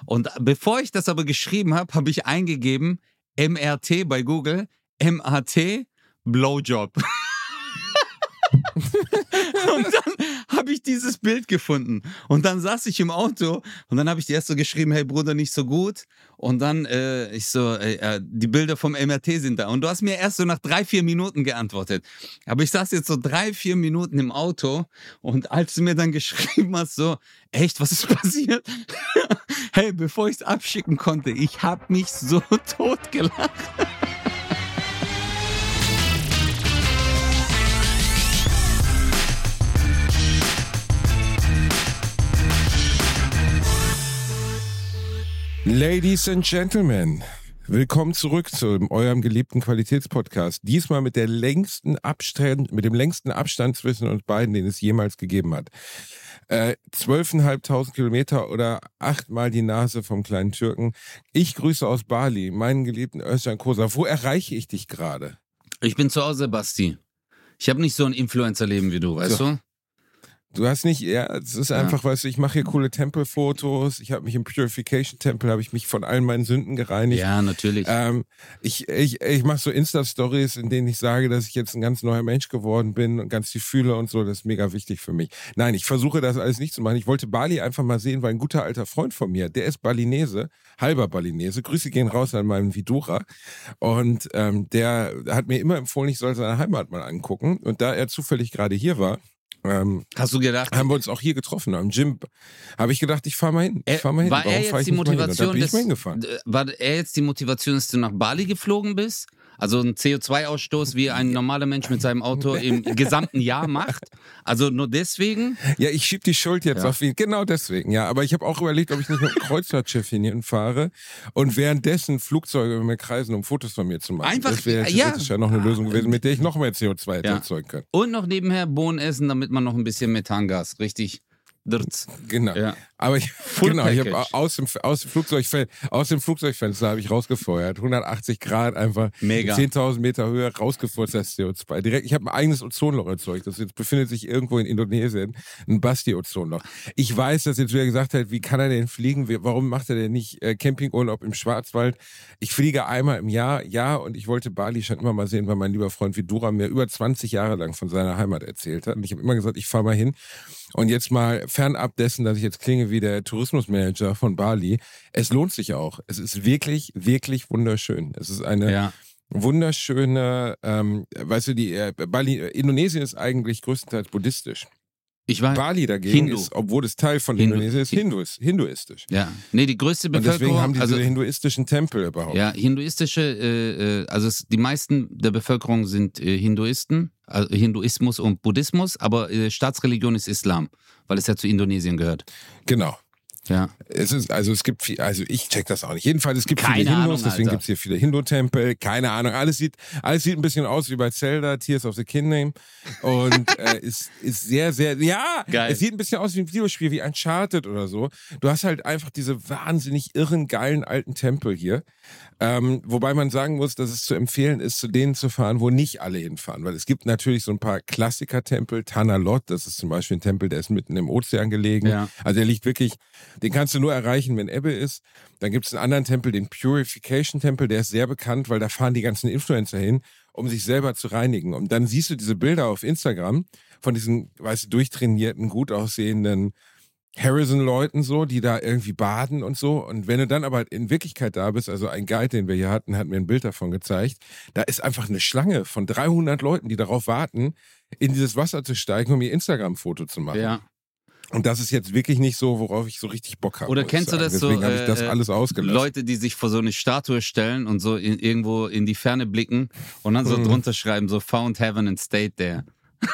Und bevor ich das aber geschrieben habe, habe ich eingegeben MRT bei Google, MAT, Blowjob. Und dann habe ich dieses Bild gefunden. Und dann saß ich im Auto und dann habe ich dir erst so geschrieben, hey Bruder, nicht so gut. Und dann die Bilder vom MRT sind da. Und du hast mir erst so nach 3-4 Minuten geantwortet. Aber ich saß jetzt so 3-4 Minuten im Auto und als du mir dann geschrieben hast, so, echt, was ist passiert? Hey, bevor ich es abschicken konnte, ich habe mich so totgelacht. Ladies and Gentlemen, willkommen zurück zu eurem geliebten Qualitätspodcast. Diesmal mit dem längsten Abstand zwischen uns beiden, den es jemals gegeben hat. 12.500 Kilometer oder 8-mal die Nase vom kleinen Türken. Ich grüße aus Bali, meinen geliebten Özcan Kosa. Wo erreiche ich dich gerade? Ich bin zu Hause, Basti. Ich habe nicht so ein Influencer-Leben wie du, weißt du? Du hast nicht, es ist einfach, weißt du, ich mache hier coole Tempelfotos, ich habe mich im Purification-Tempel, habe ich mich von all meinen Sünden gereinigt. Ja, natürlich. Ich mache so Insta-Stories, in denen ich sage, dass ich jetzt ein ganz neuer Mensch geworden bin und ganz viel fühle und so, das ist mega wichtig für mich. Nein, ich versuche das alles nicht zu machen. Ich wollte Bali einfach mal sehen, weil ein guter alter Freund von mir, der ist Balinese, halber Balinese, Grüße gehen raus an meinen Vidura und der hat mir immer empfohlen, ich soll seine Heimat mal angucken und da er zufällig gerade hier war, hast du gedacht? Haben wir uns auch hier getroffen am Gym. Habe ich gedacht, ich fahre mal hin. War er jetzt die Motivation, war er jetzt die Motivation, dass du nach Bali geflogen bist? Also ein CO2-Ausstoß, wie ein normaler Mensch mit seinem Auto im gesamten Jahr macht? Also nur deswegen? Ja, ich schieb die Schuld jetzt auf ihn. Genau deswegen, ja. Aber ich habe auch überlegt, ob ich nicht mit dem Kreuzfahrtschiff hinfahre und währenddessen Flugzeuge über mir kreisen, um Fotos von mir zu machen. Einfach, das wäre ja noch eine Lösung gewesen, mit der ich noch mehr CO2 erzeugen kann. Und noch nebenher Bohnen essen, damit man noch ein bisschen Methangas, richtig? Genau. Ja. Aber ich habe aus dem Flugzeugfenster habe ich rausgefeuert. 180 Grad einfach. Mega. 10.000 Meter Höhe rausgefeuert, das CO2. Direkt, ich habe ein eigenes Ozonloch erzeugt. Das jetzt befindet sich irgendwo in Indonesien. Ein Basti-Ozonloch. Ich weiß, dass jetzt wieder gesagt hat, wie kann er denn fliegen? Warum macht er denn nicht Campingurlaub im Schwarzwald? Ich fliege einmal im Jahr, und ich wollte Bali schon immer mal sehen, weil mein lieber Freund Vidura mir über 20 Jahre lang von seiner Heimat erzählt hat. Und ich habe immer gesagt, ich fahre mal hin. Und jetzt mal fernab dessen, dass ich jetzt klinge wie der Tourismusmanager von Bali, es lohnt sich auch. Es ist wirklich, wirklich wunderschön. Es ist eine wunderschöne, weißt du, Indonesien ist eigentlich größtenteils buddhistisch. Bali dagegen ist, obwohl es Teil von Indonesien ist, hinduistisch. Ja, nee, die größte Bevölkerung. Und deswegen haben die diese hinduistischen Tempel überhaupt. Ja, hinduistische, die meisten der Bevölkerung sind Hinduisten, also Hinduismus und Buddhismus, aber Staatsreligion ist Islam, weil es ja zu Indonesien gehört. Genau. Ja. Es gibt viel, also ich check das auch nicht. Jedenfalls, es gibt Keine viele Hindus, Ahnung, deswegen gibt es hier viele Hindu-Tempel, keine Ahnung. Alles sieht ein bisschen aus wie bei Zelda, Tears of the Kingdom und ist sehr, sehr, geil. Es sieht ein bisschen aus wie ein Videospiel, wie Uncharted oder so. Du hast halt einfach diese wahnsinnig irren, geilen alten Tempel hier, wobei man sagen muss, dass es zu empfehlen ist, zu denen zu fahren, wo nicht alle hinfahren, weil es gibt natürlich so ein paar Klassiker-Tempel, Tanah Lot, das ist zum Beispiel ein Tempel, der ist mitten im Ozean gelegen, also der liegt wirklich. Den kannst du nur erreichen, wenn Ebbe ist. Dann gibt es einen anderen Tempel, den Purification-Tempel, der ist sehr bekannt, weil da fahren die ganzen Influencer hin, um sich selber zu reinigen. Und dann siehst du diese Bilder auf Instagram von diesen, weißt du, durchtrainierten, gut aussehenden Harrison-Leuten so, die da irgendwie baden und so. Und wenn du dann aber in Wirklichkeit da bist, also ein Guide, den wir hier hatten, hat mir ein Bild davon gezeigt, da ist einfach eine Schlange von 300 Leuten, die darauf warten, in dieses Wasser zu steigen, um ihr Instagram-Foto zu machen. Ja. Und das ist jetzt wirklich nicht so, worauf ich so richtig Bock habe. Oder kennst du das so? Deswegen habe ich das alles ausgelassen. Leute, die sich vor so eine Statue stellen und so irgendwo in die Ferne blicken und dann so drunter schreiben, so found heaven and stayed there.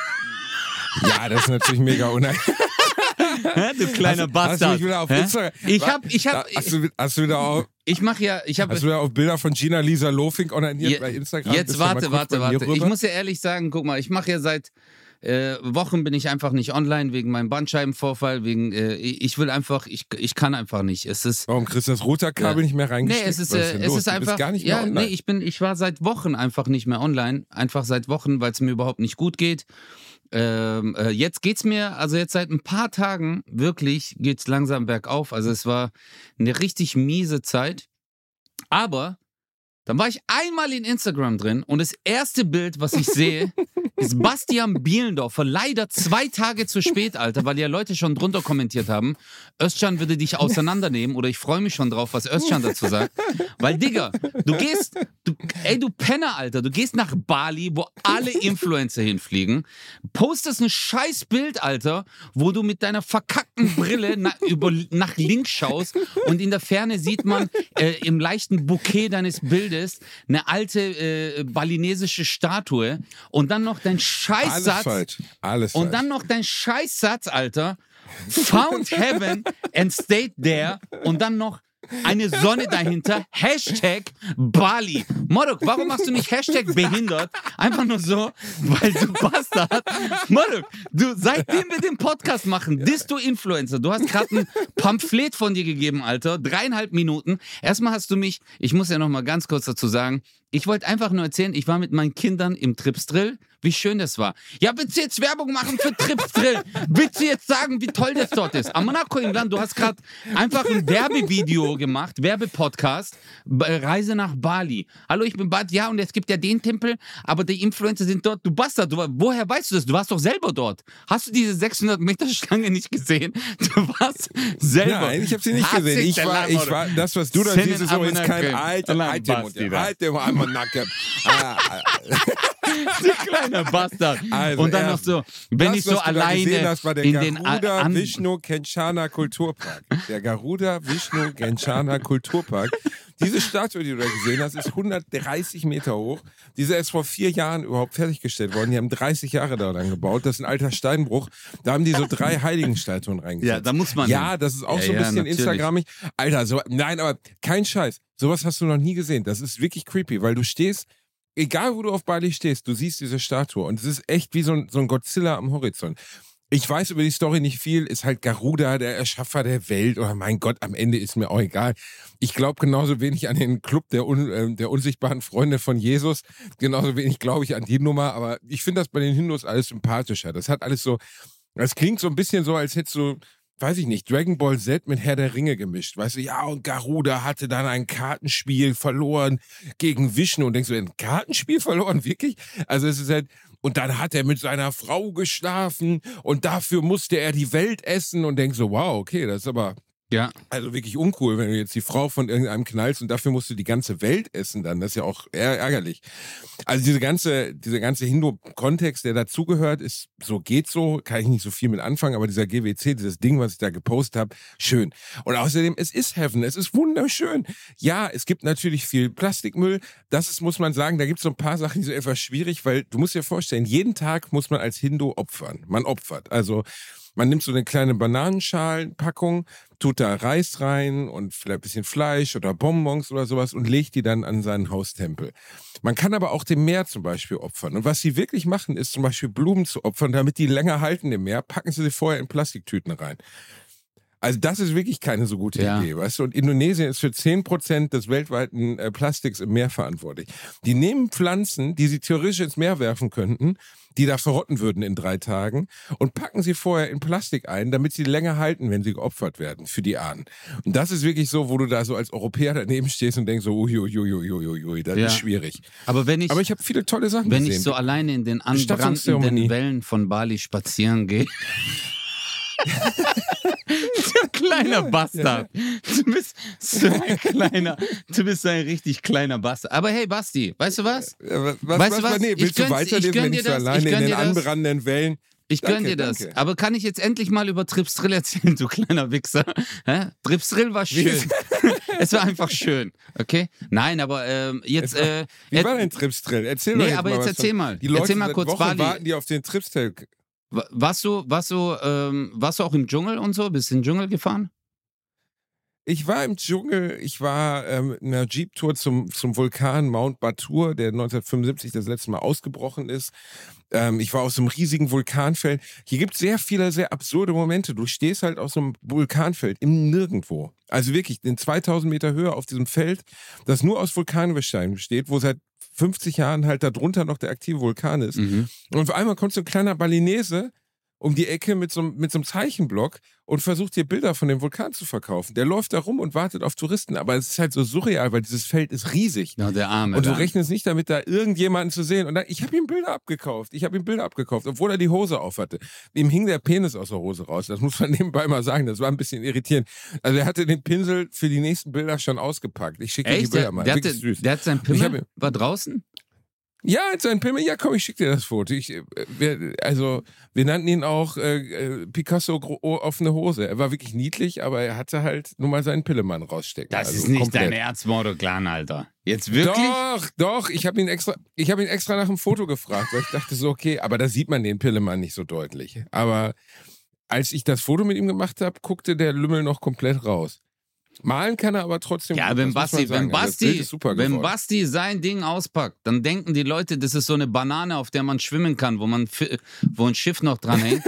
Ja, das ist natürlich mega unangenehm. Du kleiner Bastard. Hast du wieder auf Instagram? Hast du wieder auf... Hast du wieder auf Bilder von Gina Lisa Lofink onaniert bei Instagram? Jetzt warte. Ich muss ja ehrlich sagen, guck mal, ich mache ja seit Wochen bin ich einfach nicht online wegen meinem Bandscheibenvorfall, ich kann einfach nicht. Warum kriegst du das Routerkabel nicht mehr reingesteckt? Nee, es ist einfach, gar nicht mehr online. Ich war seit Wochen einfach nicht mehr online, einfach seit Wochen, weil es mir überhaupt nicht gut geht. Jetzt geht's mir, also jetzt seit ein paar Tagen wirklich geht's langsam bergauf. Also es war eine richtig miese Zeit. Aber dann war ich einmal in Instagram drin und das erste Bild, was ich sehe, ist Bastian Bielendorfer. Leider 2 Tage zu spät, Alter, weil ja Leute schon drunter kommentiert haben, Özcan würde dich auseinandernehmen oder ich freue mich schon drauf, was Özcan dazu sagt. Weil, Digga, du Penner, Alter, du gehst nach Bali, wo alle Influencer hinfliegen, postest ein scheiß Bild, Alter, wo du mit deiner verkackten Brille nach links schaust und in der Ferne sieht man im leichten Bouquet deines Bildes eine alte balinesische Statue und dann noch dein Scheißsatz. Alles falsch. Alles falsch. Und dann noch dein Scheißsatz, Alter. Found heaven and stayed there. Und dann noch eine Sonne dahinter. Hashtag Bali. Modok, warum machst du nicht Hashtag behindert? Einfach nur so, weil du Bastard. Modok, seitdem wir den Podcast machen, bist du Influencer. Du hast gerade ein Pamphlet von dir gegeben, Alter. 3,5 Minuten. Erstmal hast du mich, ich muss ja noch mal ganz kurz dazu sagen, ich wollte einfach nur erzählen, ich war mit meinen Kindern im Tripsdrill, wie schön das war. Ja, willst du jetzt Werbung machen für Tripsdrill? Willst du jetzt sagen, wie toll das dort ist? Amanako England, du hast gerade einfach ein Werbevideo gemacht, Werbepodcast, Reise nach Bali. Hallo, ich bin Bad, ja, und es gibt ja den Tempel, aber die Influencer sind dort. Du Bastard, woher weißt du das? Du warst doch selber dort. Hast du diese 600-Meter-Schlange nicht gesehen? Du warst selber. Nein, ich habe sie nicht gesehen. Ich war, das, was du da siehst, ist übrigens kein alter Nacke. Du kleiner Bastard. Also und dann noch so, wenn ich so alleine das war der in Garuda den Vishnu Kenchana Kulturpark. Der Garuda Vishnu Kenchana Kulturpark. Diese Statue, die du da gesehen hast, ist 130 Meter hoch. Diese ist vor 4 Jahren überhaupt fertiggestellt worden. Die haben 30 Jahre daran gebaut. Das ist ein alter Steinbruch. Da haben die so 3 Heiligenstatuen reingesetzt. Ja, da muss man. Ja, das ist auch so ein bisschen natürlich. Instagrammig. Alter, nein, aber kein Scheiß. Sowas hast du noch nie gesehen. Das ist wirklich creepy, weil du stehst, egal wo du auf Bali stehst, du siehst diese Statue und es ist echt wie so ein Godzilla am Horizont. Ich weiß über die Story nicht viel, ist halt Garuda, der Erschaffer der Welt, oder mein Gott, am Ende ist mir auch egal. Ich glaube genauso wenig an den Club der unsichtbaren Freunde von Jesus, genauso wenig glaube ich an die Nummer, aber ich finde das bei den Hindus alles sympathischer. Das hat alles so, das klingt so ein bisschen so, als hättest du, weiß ich nicht, Dragon Ball Z mit Herr der Ringe gemischt. Weißt du, ja, und Garuda hatte dann ein Kartenspiel verloren gegen Vishnu. Und denkst du, ein Kartenspiel verloren? Wirklich? Also es ist halt, und dann hat er mit seiner Frau geschlafen und dafür musste er die Welt essen und denkst so, wow, okay, das ist aber Ja. also wirklich uncool, wenn du jetzt die Frau von irgendeinem knallst und dafür musst du die ganze Welt essen dann. Das ist ja auch eher ärgerlich. Also dieser ganze Hindu-Kontext, der dazugehört, ist so, geht so, kann ich nicht so viel mit anfangen, aber dieser GWC, dieses Ding, was ich da gepostet habe, schön. Und außerdem, es ist Heaven, es ist wunderschön. Ja, es gibt natürlich viel Plastikmüll, das ist, muss man sagen, da gibt es so ein paar Sachen, die sind etwas schwierig, weil du musst dir vorstellen, jeden Tag muss man als Hindu opfern. Man opfert. Also man nimmt so eine kleine Bananenschalenpackung, tut da Reis rein und vielleicht ein bisschen Fleisch oder Bonbons oder sowas und legt die dann an seinen Haustempel. Man kann aber auch dem Meer zum Beispiel opfern. Und was sie wirklich machen, ist zum Beispiel Blumen zu opfern, damit die länger halten im Meer, packen sie vorher in Plastiktüten rein. Also das ist wirklich keine so gute Idee, weißt du? Und Indonesien ist für 10% des weltweiten Plastiks im Meer verantwortlich. Die nehmen Pflanzen, die sie theoretisch ins Meer werfen könnten, die da verrotten würden in 3 Tagen und packen sie vorher in Plastik ein, damit sie länger halten, wenn sie geopfert werden für die Ahnen. Und das ist wirklich so, wo du da so als Europäer daneben stehst und denkst so, uiuiuiui, das ist schwierig. Aber ich habe viele tolle Sachen wenn gesehen. ich so alleine in den anbrandenden Wellen von Bali spazieren gehe, du kleiner Bastard. Du bist so ein richtig kleiner Bastard. Aber hey, Basti, weißt du was? Weißt du was? Nee, willst du weiterleben, wenn ich so alleine in den anbrandenden Wellen... Ich gönn dir das. Danke. Aber kann ich jetzt endlich mal über Tripsdrill erzählen, du kleiner Wichser? Tripsdrill war schön. Es war einfach schön, okay? Nein, aber jetzt... Wie war denn Tripsdrill? Erzähl mal. Nee, aber jetzt erzähl mal. Die Leute erzähl mal kurz Wochen warten die auf den Tripsdrill. Warst du auch im Dschungel und so? Bist du in den Dschungel gefahren? Ich war im Dschungel, ich war in einer Jeep-Tour zum Vulkan Mount Batur, der 1975 das letzte Mal ausgebrochen ist. Ich war aus so einem riesigen Vulkanfeld. Hier gibt es sehr viele, sehr absurde Momente. Du stehst halt auf so einem Vulkanfeld im Nirgendwo. Also wirklich in 2000 Meter Höhe auf diesem Feld, das nur aus Vulkangestein besteht, wo seit 50 Jahren halt darunter noch der aktive Vulkan ist. Mhm. Und auf einmal kommt so ein kleiner Balinese um die Ecke mit so einem Zeichenblock und versucht dir Bilder von dem Vulkan zu verkaufen. Der läuft da rum und wartet auf Touristen, aber es ist halt so surreal, weil dieses Feld ist riesig. Ja, der Arme. Und du dann. rechnest nicht damit, da irgendjemanden zu sehen. Und dann, ich habe ihm Bilder abgekauft, obwohl er die Hose aufhatte. Ihm hing der Penis aus der Hose raus, das muss man nebenbei mal sagen, das war ein bisschen irritierend. Also er hatte den Pinsel für die nächsten Bilder schon ausgepackt. Ich schicke dir die Echt? Bilder mal, wirklich süß. Der hat sein Pimmel, war draußen? Ja, sein Pimmel, ja komm, ich schicke dir das Foto. Wir nannten ihn auch Picasso offene Hose. Er war wirklich niedlich, aber er hatte halt nur mal seinen Pillemann rausstecken. Das also ist nicht komplett. dein Erzmordoclan, Alter. Jetzt wirklich? Doch, ich habe ihn extra nach einem Foto gefragt, weil ich dachte so, okay, aber da sieht man den Pillemann nicht so deutlich. Aber als ich das Foto mit ihm gemacht habe, guckte der Lümmel noch komplett raus. Malen kann er aber trotzdem. Ja, gut, wenn das muss man sagen. Also das Bild ist super geworden. Basti sein Ding auspackt, dann denken die Leute, das ist so eine Banane, auf der man schwimmen kann, wo ein Schiff noch dran hängt.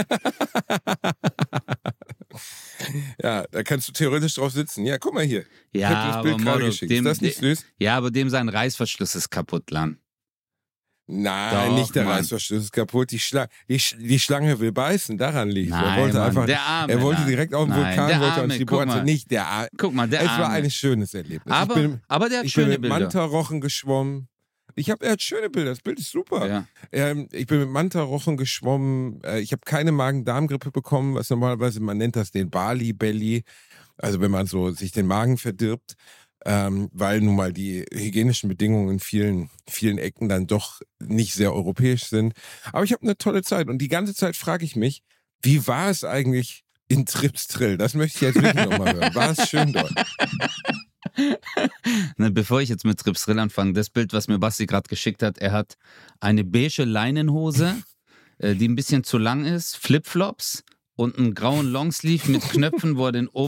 Ja, da kannst du theoretisch drauf sitzen. Ja, guck mal hier. Ja, ich hab das Bild gerade geschickt. Ist das nicht süß? Ja, aber dem sein Reißverschluss ist kaputt, Lan. Nein, Doch, nicht der Mann. Reißverschluss ist kaputt. Die Schlange will beißen, daran liegt. Nein, er wollte Mann, einfach, der Arme, er wollte Lan. direkt auf den Nein, Vulkan, der wollte Arme, uns die guck Bohrt. mal. Nicht der Arme. Guck mal, der Es Arme. war ein schönes Erlebnis. Aber der hat ich bin schöne mit Bilder. Mantarochen geschwommen. Er hat schöne Bilder, das Bild ist super. Ja. Ich bin mit Mantarochen geschwommen. Ich habe keine Magen-Darm-Grippe bekommen, was normalerweise, man nennt das den Bali-Belly. Also wenn man so sich den Magen verdirbt. Weil nun mal die hygienischen Bedingungen in vielen Ecken dann doch nicht sehr europäisch sind. Aber ich habe eine tolle Zeit und die ganze Zeit frage ich mich, wie war es eigentlich in Tripstrill? Das möchte ich jetzt wirklich nochmal hören. War es schön dort? Na, bevor ich jetzt mit Tripstrill anfange, das Bild, was mir Basti gerade geschickt hat, er hat eine beige Leinenhose, die ein bisschen zu lang ist, Flipflops und einen grauen Longsleeve mit Knöpfen, wo er der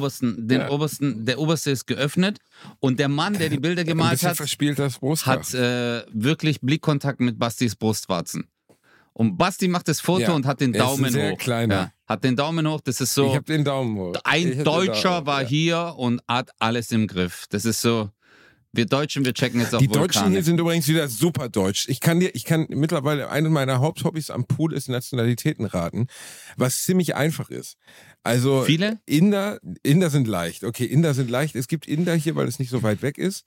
oberste ist geöffnet. Und der Mann, der die Bilder gemalt hat, verspieltes Brusthaar. hat wirklich Blickkontakt mit Bastis Brustwarzen. Und Basti macht das Foto und hat den er ist Daumen ein sehr hoch. kleiner. Ja, hat den Daumen hoch, das ist so. Ich habe den Daumen hoch. Ein Deutscher war hier und hat alles im Griff. Das ist so. Wir Deutschen, wir checken jetzt auch Die Vulkane. Deutschen hier sind übrigens wieder super deutsch. Ich kann mittlerweile, eine meiner Haupthobbys am Pool ist Nationalitäten raten, was ziemlich einfach ist. Also Viele? Inder sind leicht. Okay, Inder sind leicht. Es gibt Inder hier, weil es nicht so weit weg ist.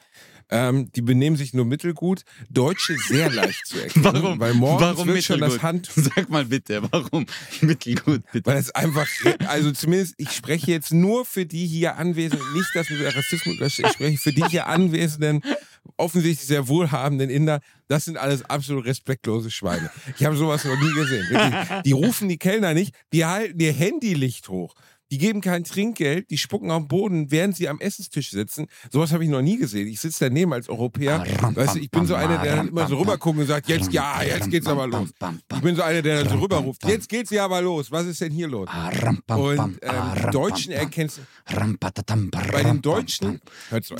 Die benehmen sich nur mittelgut. Deutsche sehr leicht zu erkennen. Warum? Weil morgens Warum wird schon das mittelgut? Sag mal bitte, warum mittelgut, bitte? Weil es einfach, also zumindest, ich spreche jetzt nur für die hier Anwesenden, nicht, dass wir Rassismus, ich spreche für die hier Anwesenden, offensichtlich sehr wohlhabenden Inder, das sind alles absolut respektlose Schweine. Ich habe sowas noch nie gesehen. Wirklich. Die rufen die Kellner nicht, die halten ihr Handylicht hoch. Die geben kein Trinkgeld, die spucken auf den Boden, während sie am Essenstisch sitzen. Sowas habe ich noch nie gesehen. Ich sitze daneben als Europäer. Weißt du, ich bin so einer, der dann immer so rüberguckt und sagt, jetzt geht's aber los. Ich bin so einer, der dann so rüberruft, jetzt geht's ja aber los. Was ist denn hier los? Und die Deutschen erkennst du. Bei den Deutschen, hörst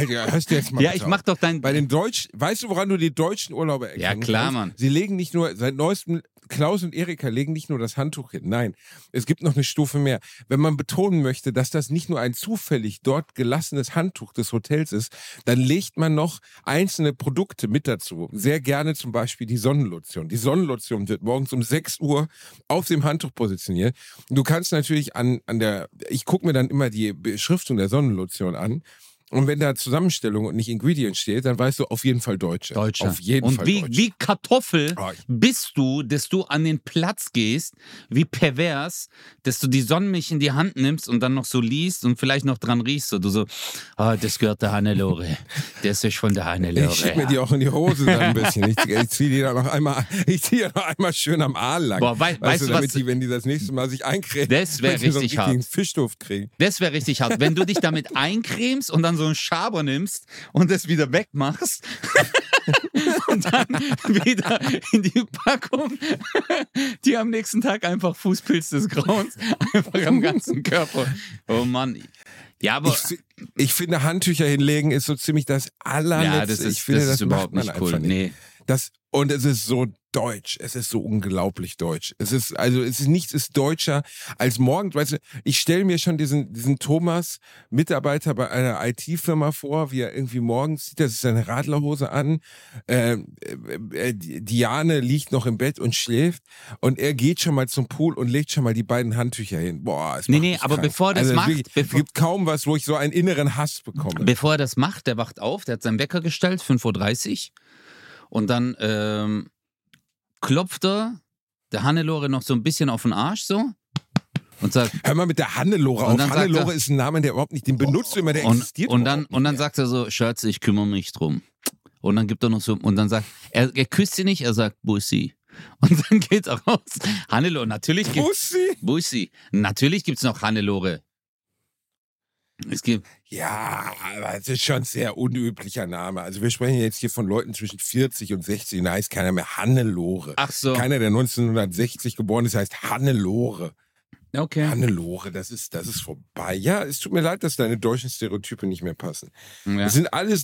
du jetzt mal. Ja, ich mach doch dein. Bei den Deutschen, weißt du, woran du die deutschen Urlauber erkennst? Ja, klar, Mann. Sie legen nicht nur, seit neuestem, Klaus und Erika legen nicht nur das Handtuch hin. Nein, es gibt noch eine Stufe mehr. Wenn man betonen möchte, dass das nicht nur ein zufällig dort gelassenes Handtuch des Hotels ist, dann legt man noch einzelne Produkte mit dazu. Sehr gerne zum Beispiel die Sonnenlotion. Die Sonnenlotion wird morgens um 6 Uhr auf dem Handtuch positioniert. Du kannst natürlich ich gucke mir dann immer die Beschriftung der Sonnenlotion an. Und wenn da Zusammenstellung und nicht Ingredient steht, dann weißt du auf jeden Fall Deutsche. Auf jeden Fall Deutsche. Und wie Kartoffel bist du, dass du an den Platz gehst, wie pervers, dass du die Sonnenmilch in die Hand nimmst und dann noch so liest und vielleicht noch dran riechst. So, du so, das gehört der Hannelore. Das ist von der Hannelore. Ich schiebe mir die auch in die Hose dann ein bisschen. Ich ziehe die dann noch einmal schön am Aal lang. Boah, weißt du, damit die, wenn die das nächste Mal sich eincremen, das wäre richtig so einen Fischduft kriegen. Das wäre richtig hart. Wenn du dich damit eincremst und dann so einen Schaber nimmst und das wieder wegmachst und dann wieder in die Packung, die am nächsten Tag einfach Fußpilz des Grauens einfach am ganzen Körper. Oh Mann. Ja, aber ich finde, Handtücher hinlegen ist so ziemlich das allerletzte. Ja, das ist überhaupt nicht cool. Nee. Und es ist so deutsch. Es ist so unglaublich deutsch. Nichts ist deutscher als morgens. Weißt du, ich stelle mir schon diesen Thomas, Mitarbeiter bei einer IT-Firma vor, wie er irgendwie morgens sieht, er sich seine Radlerhose an, Diane liegt noch im Bett und schläft und er geht schon mal zum Pool und legt schon mal die beiden Handtücher hin. Boah, es macht mich aber krank. bevor das macht... Es gibt kaum was, wo ich so einen inneren Hass bekomme. Bevor er das macht, der wacht auf, der hat seinen Wecker gestellt, 5:30 Uhr und dann klopft er der Hannelore noch so ein bisschen auf den Arsch so und sagt... Hör mal mit der Hannelore auf. Hannelore ist ein Name, der überhaupt nicht, den benutzt du immer, der existiert und dann sagt er so, Schatz, ich kümmere mich drum. Und dann gibt er noch so, und dann sagt er küsst sie nicht, er sagt Bussi. Und dann geht er raus. Hannelore, natürlich gibt's... Bussi. Natürlich gibt's noch Hannelore. Es gibt... Ja, aber es ist schon ein sehr unüblicher Name. Also wir sprechen jetzt hier von Leuten zwischen 40 und 60, da heißt keiner mehr Hannelore. Ach so. Keiner, der 1960 geboren ist, heißt Hannelore. Okay. Hannelore, das ist vorbei. Ja, es tut mir leid, dass deine deutschen Stereotype nicht mehr passen. Ja. Es sind alles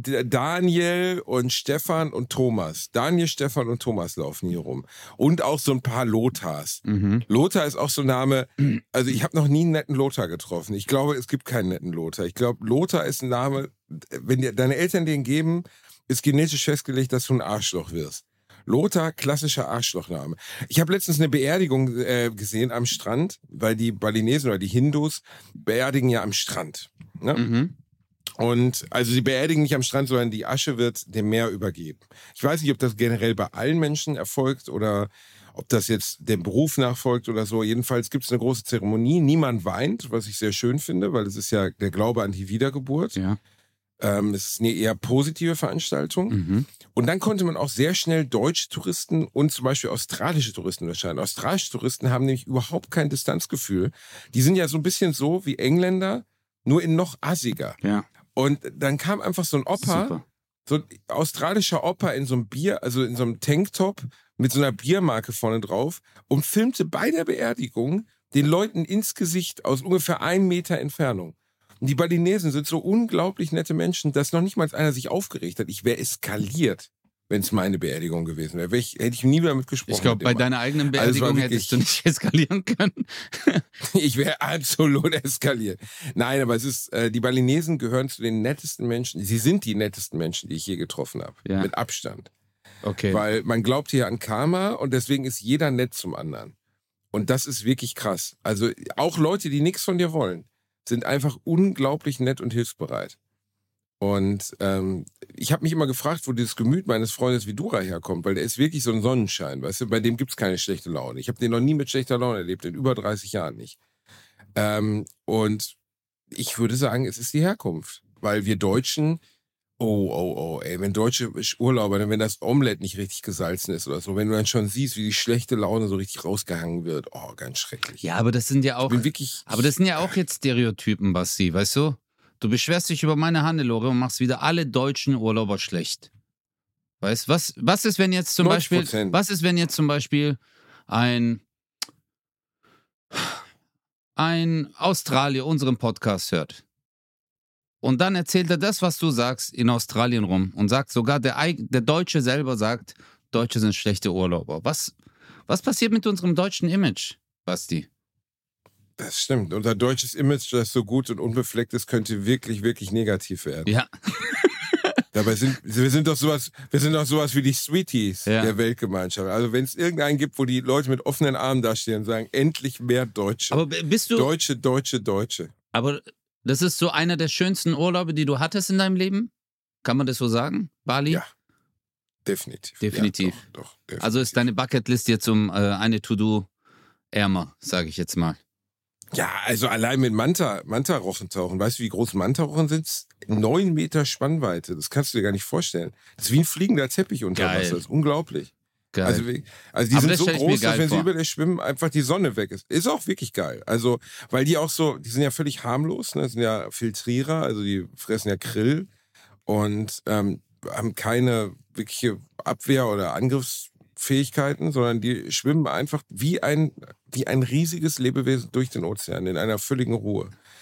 Daniel und Stefan und Thomas. Daniel, Stefan und Thomas laufen hier rum. Und auch so ein paar Lothars. Mhm. Lothar ist auch so ein Name, also ich habe noch nie einen netten Lothar getroffen. Ich glaube, es gibt keinen netten Lothar. Ich glaube, Lothar ist ein Name, wenn dir deine Eltern den geben, ist genetisch festgelegt, dass du ein Arschloch wirst. Lothar, klassischer Arschlochname. Ich habe letztens eine Beerdigung gesehen am Strand, weil die Balinesen oder die Hindus beerdigen ja am Strand. Ne? Mhm. Und also sie beerdigen nicht am Strand, sondern die Asche wird dem Meer übergeben. Ich weiß nicht, ob das generell bei allen Menschen erfolgt oder ob das jetzt dem Beruf nachfolgt oder so. Jedenfalls gibt es eine große Zeremonie. Niemand weint, was ich sehr schön finde, weil es ist ja der Glaube an die Wiedergeburt. Ja. Es ist eine eher positive Veranstaltung. Mhm. Und dann konnte man auch sehr schnell deutsche Touristen und zum Beispiel australische Touristen unterscheiden. Australische Touristen haben nämlich überhaupt kein Distanzgefühl. Die sind ja so ein bisschen so wie Engländer, nur in noch assiger. Ja. Und dann kam einfach so ein Opa, Super. so ein australischer Opa in so einem Bier, also in so einem Tanktop mit so einer Biermarke vorne drauf und filmte bei der Beerdigung den Leuten ins Gesicht aus ungefähr 1 Meter Entfernung. Und die Balinesen sind so unglaublich nette Menschen, dass noch nicht mal einer sich aufgeregt hat. Ich wäre eskaliert, wenn es meine Beerdigung gewesen wäre. Hätte ich nie mehr mitgesprochen. Ich glaube, bei deiner eigenen Beerdigung hättest du nicht eskalieren können. Ich wäre absolut eskaliert. Nein, aber es ist, die Balinesen gehören zu den nettesten Menschen. Sie sind die nettesten Menschen, die ich je getroffen habe. Ja. Mit Abstand. Okay. Weil man glaubt hier an Karma und deswegen ist jeder nett zum anderen. Und das ist wirklich krass. Also auch Leute, die nichts von dir wollen, sind einfach unglaublich nett und hilfsbereit. Und ich habe mich immer gefragt, wo dieses Gemüt meines Freundes Vidura herkommt, weil der ist wirklich so ein Sonnenschein, weißt du, bei dem gibt's keine schlechte Laune. Ich habe den noch nie mit schlechter Laune erlebt, in über 30 Jahren nicht. Und ich würde sagen, es ist die Herkunft, weil wir Deutschen, ey, wenn deutsche Urlauber, wenn das Omelett nicht richtig gesalzen ist oder so, wenn du dann schon siehst, wie die schlechte Laune so richtig rausgehangen wird, ganz schrecklich. Ja, aber das sind ja auch, jetzt Stereotypen, Basti, weißt du? Du beschwerst dich über meine Hannelore und machst wieder alle deutschen Urlauber schlecht. Weißt du, was ist, wenn jetzt zum 90%. Beispiel ein Australier unseren Podcast hört? Und dann erzählt er das, was du sagst, in Australien rum und sagt sogar, der Deutsche selber sagt, Deutsche sind schlechte Urlauber. Was passiert mit unserem deutschen Image, Basti? Das stimmt. Unser deutsches Image, das so gut und unbefleckt ist, könnte wirklich, wirklich negativ werden. Ja. Dabei wir sind doch sowas wie die Sweeties der Weltgemeinschaft. Also wenn es irgendeinen gibt, wo die Leute mit offenen Armen dastehen und sagen, endlich mehr Deutsche. Aber bist du... Deutsche. Aber das ist so einer der schönsten Urlaube, die du hattest in deinem Leben? Kann man das so sagen? Bali? Ja, definitiv. Definitiv. Ja, doch, definitiv. Also ist deine Bucketlist jetzt um eine To-Do ärmer, sage ich jetzt mal. Ja, also allein mit Manta-Rochen tauchen. Weißt du, wie groß Manta-Rochen sind? 9 Meter Spannweite. Das kannst du dir gar nicht vorstellen. Das ist wie ein fliegender Teppich unter Wasser. Das ist unglaublich. Geil. Also die sind so groß, dass wenn sie über dir schwimmen, einfach die Sonne weg ist. Ist auch wirklich geil. Also, weil die auch so, die sind ja völlig harmlos, ne? Das sind ja Filtrierer, also die fressen ja Krill und haben keine wirkliche Abwehr- oder Angriffsfähigkeiten, sondern die schwimmen einfach wie ein riesiges Lebewesen durch den Ozean in einer völligen Ruhe.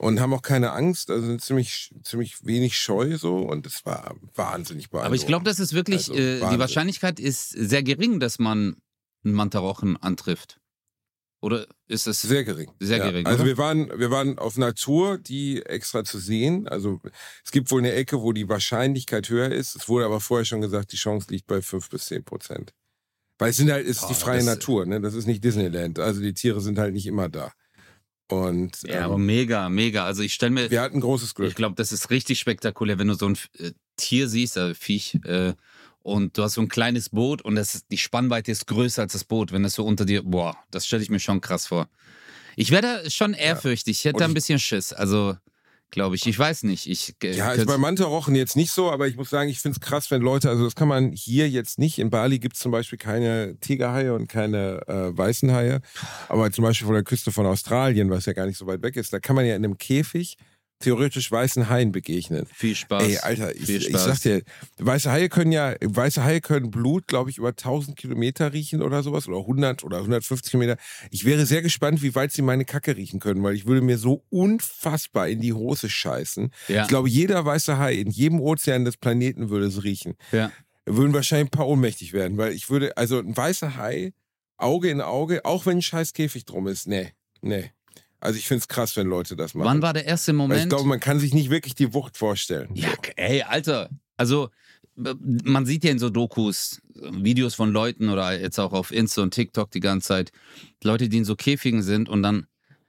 und haben auch keine Angst, also sind ziemlich wenig scheu so und es war wahnsinnig beeindruckend. Aber ich glaube, das ist wirklich, Also, die Wahnsinn. Wahrscheinlichkeit ist sehr gering, dass man einen Mantarochen antrifft. Oder ist es Sehr gering. Sehr Ja. gering, Also oder? wir waren auf einer Tour, die extra zu sehen. Also es gibt wohl eine Ecke, wo die Wahrscheinlichkeit höher ist. Es wurde aber vorher schon gesagt, die Chance liegt bei 5-10%. Weil es ist die freie Natur, ne? Das ist nicht Disneyland. Also die Tiere sind halt nicht immer da. Und Ja, aber mega, mega. Also ich stelle mir, wir hatten großes Glück. ich glaube, das ist richtig spektakulär, wenn du so ein Tier siehst, Viech, und du hast so ein kleines Boot und die Spannweite ist größer als das Boot, wenn das so unter dir, boah, das stelle ich mir schon krass vor. Ich wäre da schon ehrfürchtig, ich hätte da ein bisschen Schiss, also glaube ich, weiß nicht. Ist bei Mantarochen jetzt nicht so, aber ich muss sagen, ich finde es krass, wenn Leute, also das kann man hier jetzt nicht, in Bali gibt es zum Beispiel keine Tigerhaie und keine weißen Haie, aber zum Beispiel von der Küste von Australien, was ja gar nicht so weit weg ist, da kann man ja in einem Käfig theoretisch weißen Haien begegnen. Viel Spaß. Ey, Alter, ich sag dir, weiße Haie können Blut, glaube ich, über 1000 Kilometer riechen oder sowas, oder 100 oder 150 Kilometer. Ich wäre sehr gespannt, wie weit sie meine Kacke riechen können, weil ich würde mir so unfassbar in die Hose scheißen. Ja. Ich glaube, jeder weiße Hai in jedem Ozean des Planeten würde es riechen. Ja. Würden wahrscheinlich ein paar ohnmächtig werden, weil also ein weißer Hai, Auge in Auge, auch wenn ein scheiß Käfig drum ist, nee. Also ich finde es krass, wenn Leute das machen. Wann war der erste Moment? Weil ich glaube, man kann sich nicht wirklich die Wucht vorstellen. Ja, ey, Alter. Also, man sieht ja in so Dokus, Videos von Leuten oder jetzt auch auf Insta und TikTok die ganze Zeit, Leute, die in so Käfigen sind und dann,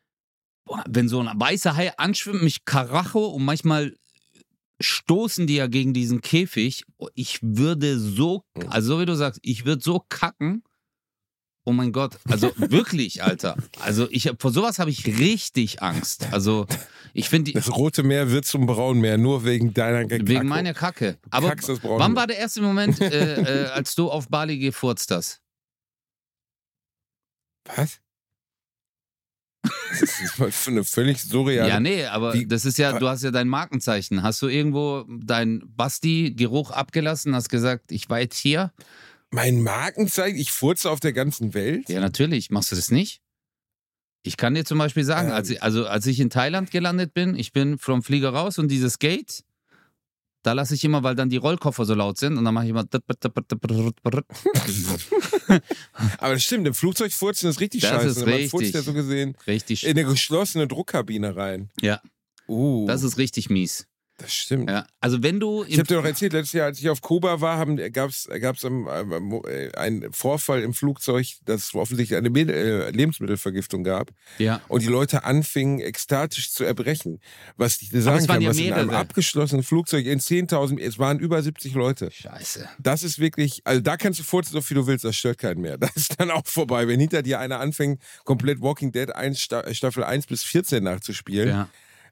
wenn so ein weißer Hai anschwimmt, mich Karacho und manchmal stoßen die ja gegen diesen Käfig. Ich würde so, also so wie du sagst, ich würde so kacken. Oh mein Gott, also wirklich, Alter. Also vor sowas habe ich richtig Angst. Also ich finde das Rote Meer wird zum Braunen Meer, nur wegen deiner Kacke. Wegen meiner Kacke. Aber wann war der erste Moment, als du auf Bali gefurzt hast? Was? Das ist eine völlig surreale... Ja, nee, aber das ist ja, du hast ja dein Markenzeichen. Hast du irgendwo deinen Basti-Geruch abgelassen, hast gesagt, ich war jetzt hier? Mein Markenzeichen? Ich furze auf der ganzen Welt? Ja, natürlich. Machst du das nicht? Ich kann dir zum Beispiel sagen, als ich in Thailand gelandet bin, ich bin vom Flieger raus und dieses Gate, da lasse ich immer, weil dann die Rollkoffer so laut sind und dann mache ich immer... Aber das stimmt, im Flugzeug furzen ist richtig scheiße. Das ist richtig. Man furzt ja so gesehen richtig. in eine geschlossene Druckkabine rein. Ja. Das ist richtig mies. Das stimmt. Ja, also wenn du... Ich habe dir doch erzählt, letztes Jahr, als ich auf Kuba war, gab es einen Vorfall im Flugzeug, dass es offensichtlich eine Lebensmittelvergiftung gab. Ja. Und die Leute anfingen, ekstatisch zu erbrechen. Was ich dir sagen kann, ja was in einem abgeschlossenen Flugzeug in 10.000, es waren über 70 Leute. Scheiße. Das ist wirklich, also da kannst du furzen, so viel du willst, das stört keinen mehr. Das ist dann auch vorbei. Wenn hinter dir einer anfängt, komplett Walking Dead Staffel 1 bis 14 nachzuspielen,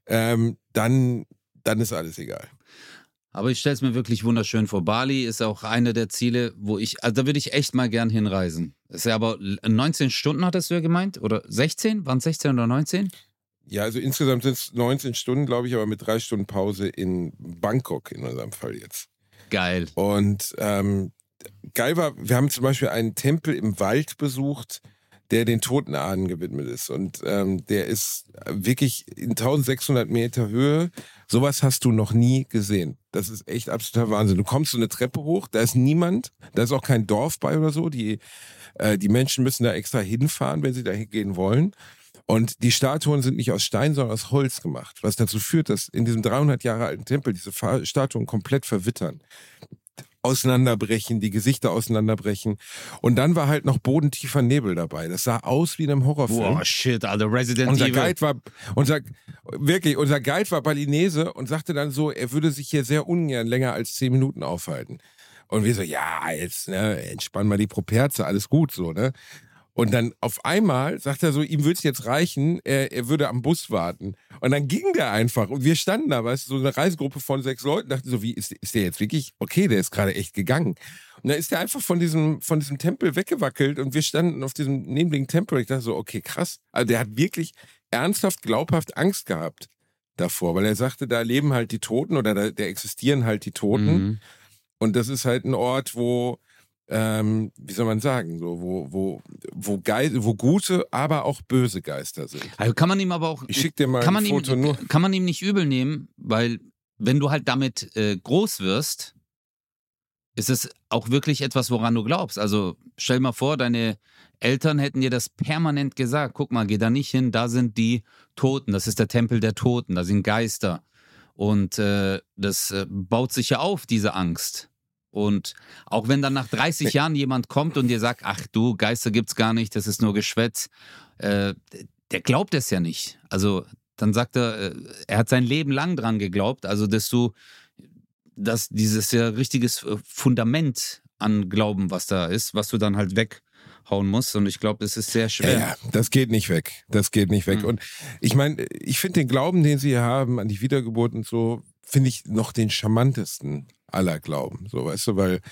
dann ist alles egal. Aber ich stelle es mir wirklich wunderschön vor. Bali ist auch eine der Ziele, also da würde ich echt mal gern hinreisen. Das ist ja aber 19 Stunden, hattest du ja gemeint? Oder 16? Waren es 16 oder 19? Ja, also insgesamt sind es 19 Stunden, glaube ich, aber mit 3 Stunden Pause in Bangkok in unserem Fall jetzt. Geil. Und geil war, wir haben zum Beispiel einen Tempel im Wald besucht, der den Totenahnen gewidmet ist. Und der ist wirklich in 1600 Meter Höhe. Sowas hast du noch nie gesehen. Das ist echt absoluter Wahnsinn. Du kommst so eine Treppe hoch, da ist niemand, da ist auch kein Dorf bei oder so. Die Menschen müssen da extra hinfahren, wenn sie da hingehen wollen. Und die Statuen sind nicht aus Stein, sondern aus Holz gemacht. Was dazu führt, dass in diesem 300 Jahre alten Tempel diese Statuen komplett verwittern. Auseinanderbrechen, die Gesichter auseinanderbrechen. Und dann war halt noch bodentiefer Nebel dabei. Das sah aus wie in einem Horrorfilm. Boah, shit, Alter, Resident unser Evil. Unser Guide war Balinese und sagte dann so, er würde sich hier sehr ungern länger als 10 Minuten aufhalten. Und wir so, ja, jetzt entspann mal die Properze, alles gut so, ne? Und dann auf einmal sagt er so, ihm würde es jetzt reichen, er würde am Bus warten. Und dann ging der einfach. Und wir standen da, weißt du, so eine Reisegruppe von 6 Leuten, dachten so, wie, ist der jetzt wirklich? Okay, der ist gerade echt gegangen. Und dann ist der einfach von diesem Tempel weggewackelt und wir standen auf diesem nebligen Tempel. Und ich dachte so, okay, krass. Also der hat wirklich ernsthaft, glaubhaft Angst gehabt davor, weil er sagte, da leben halt die Toten oder da existieren halt die Toten. Und das ist halt ein Ort, wo wie soll man sagen, so, wo gute, aber auch böse Geister sind. Also kann man ihm aber auch. Ich schick dir mal kann ein man Foto ihm, nur. Kann man ihm nicht übel nehmen, weil wenn du halt damit groß wirst, ist es auch wirklich etwas, woran du glaubst. Also stell dir mal vor, deine Eltern hätten dir das permanent gesagt. Guck mal, geh da nicht hin, da sind die Toten, das ist der Tempel der Toten, da sind Geister. Und das baut sich ja auf, diese Angst. Und auch wenn dann nach 30 Jahren jemand kommt und dir sagt, ach du, Geister gibt's gar nicht, das ist nur Geschwätz, der glaubt es ja nicht. Also dann sagt er hat sein Leben lang dran geglaubt, also dass dieses ja richtiges Fundament an Glauben, was da ist, was du dann halt weghauen musst. Und ich glaube, das ist sehr schwer. Ja, das geht nicht weg. Das geht nicht weg. Mhm. Und ich meine, ich finde den Glauben, den sie hier haben an die Wiedergeburt und so, finde ich noch den charmantesten aller Glauben. So, weißt du, weil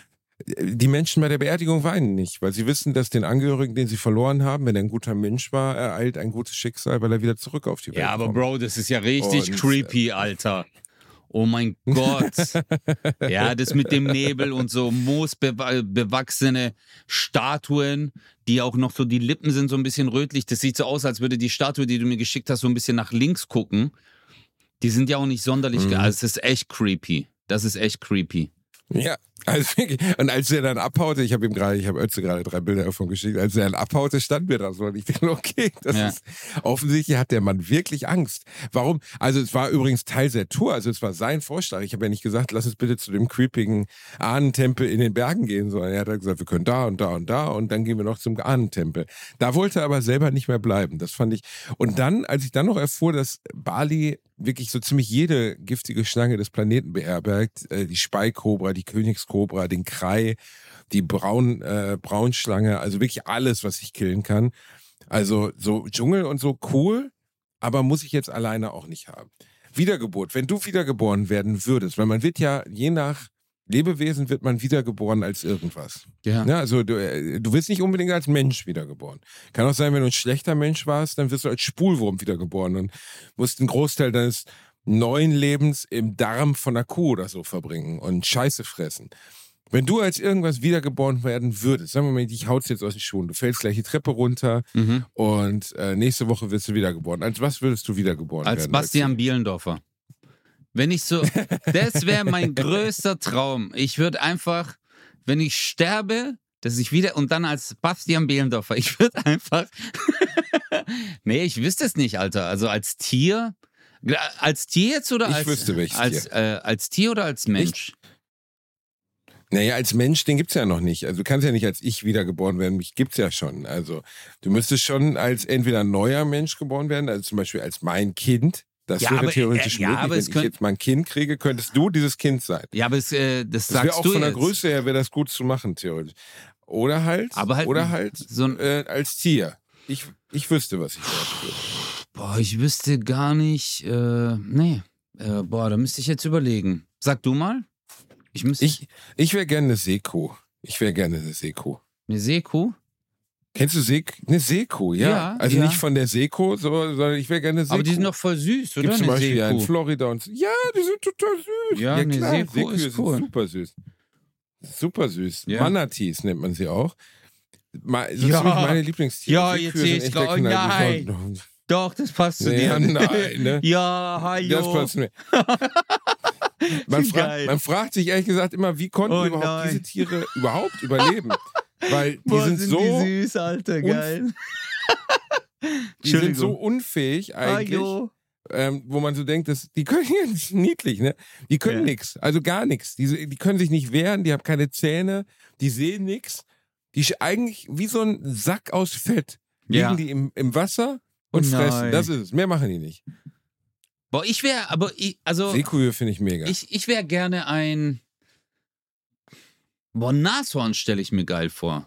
die Menschen bei der Beerdigung weinen nicht, weil sie wissen, dass den Angehörigen, den sie verloren haben, wenn er ein guter Mensch war, ereilt ein gutes Schicksal, weil er wieder zurück auf die Welt Ja, aber kommt. Bro, das ist ja richtig Und, creepy, Alter. Oh mein Gott. Ja, das mit dem Nebel und so moosbewachsene Statuen, die auch noch so, die Lippen sind so ein bisschen rötlich. Das sieht so aus, als würde die Statue, die du mir geschickt hast, so ein bisschen nach links gucken. Die sind ja auch nicht sonderlich, also es ist echt creepy. Das ist echt creepy. Ja, also wirklich. Und als er dann abhaute, ich habe Ötze gerade 3 Bilder davon geschickt, als er dann abhaute, stand mir das so. Und ich dachte, okay, ist offensichtlich hat der Mann wirklich Angst. Warum? Also es war übrigens Teil der Tour, also es war sein Vorschlag. Ich habe ja nicht gesagt, lass uns bitte zu dem creepigen Ahnentempel in den Bergen gehen, sondern er hat gesagt, wir können da und da und da und dann gehen wir noch zum Ahnentempel. Da wollte er aber selber nicht mehr bleiben. Das fand ich. Und dann, als ich dann noch erfuhr, dass Bali wirklich so ziemlich jede giftige Schlange des Planeten beherbergt, die Speikobra, die Königskobra, den Krai, die Braunschlange, also wirklich alles, was ich killen kann. Also so Dschungel und so cool, aber muss ich jetzt alleine auch nicht haben. Wiedergeburt, wenn du wiedergeboren werden würdest, weil man wird ja, je nach Lebewesen wird man wiedergeboren als irgendwas. Ja. Ja, also du wirst nicht unbedingt als Mensch wiedergeboren. Kann auch sein, wenn du ein schlechter Mensch warst, dann wirst du als Spulwurm wiedergeboren und musst einen Großteil deines neuen Lebens im Darm von einer Kuh oder so verbringen und Scheiße fressen. Wenn du als irgendwas wiedergeboren werden würdest, sagen wir mal, ich hau's jetzt aus den Schuhen, du fällst gleich die Treppe runter und nächste Woche wirst du wiedergeboren. Als was würdest du wiedergeboren werden? Als Bastian Bielendorfer. Wenn ich so, das wäre mein größter Traum. Ich würde einfach, wenn ich sterbe, dass ich wieder, und dann als Bastian Bielendorfer, ich würde einfach, nee, ich wüsste es nicht, Alter. Also als Tier jetzt oder als, ich wüsste welches Tier. Als Tier oder als Mensch? Naja, als Mensch, den gibt's ja noch nicht. Also du kannst ja nicht als ich wiedergeboren werden, mich gibt's ja schon. Also du müsstest schon als entweder neuer Mensch geboren werden, also zum Beispiel als mein Kind. Das wäre theoretisch möglich. Wenn ich jetzt mal ein Kind kriege, könntest du dieses Kind sein. Ja, aber das sagst auch du von der jetzt. Größe her wäre das gut zu machen, theoretisch. Oder halt so als Tier. Ich wüsste, was ich werden würde. Boah, ich wüsste gar nicht, nee. Da müsste ich jetzt überlegen. Sag du mal. Ich wäre gerne eine Seekuh. Eine Seekuh? Kennst du eine Seekuh, ja? Ja, also ja. nicht von der Seekuh, sondern ich wäre gerne eine Seekuh. Aber die sind doch voll süß, oder? Gibt zum eine Beispiel Seekuh. in Florida und so. Ja, die sind total süß. Ja, eine klar, Seekuh ist cool. sind super süß. Super süß. Ja. Manatees nennt man sie auch. Ziemlich meine Lieblingstiere. Ja, Seekühe jetzt sehe sind ich echt der gerade. Knall. Nein. Doch, das passt zu dir. Ja, nein, ne? Ja, hallo. Das passt mir. Man fragt sich ehrlich gesagt immer, wie konnten überhaupt diese Tiere überhaupt überleben? Weil die sind so die süß, Alter, geil. Die sind so unfähig eigentlich, wo man so denkt, die können ja nicht niedlich, ne? Die können nichts, also gar nichts. Die können sich nicht wehren, die haben keine Zähne, die sehen nichts. Die eigentlich wie so ein Sack aus Fett liegen die im Wasser und fressen. Das ist es. Mehr machen die nicht. Boah, Seekühe finde ich mega. Ich wäre gerne ein Nashorn stelle ich mir geil vor.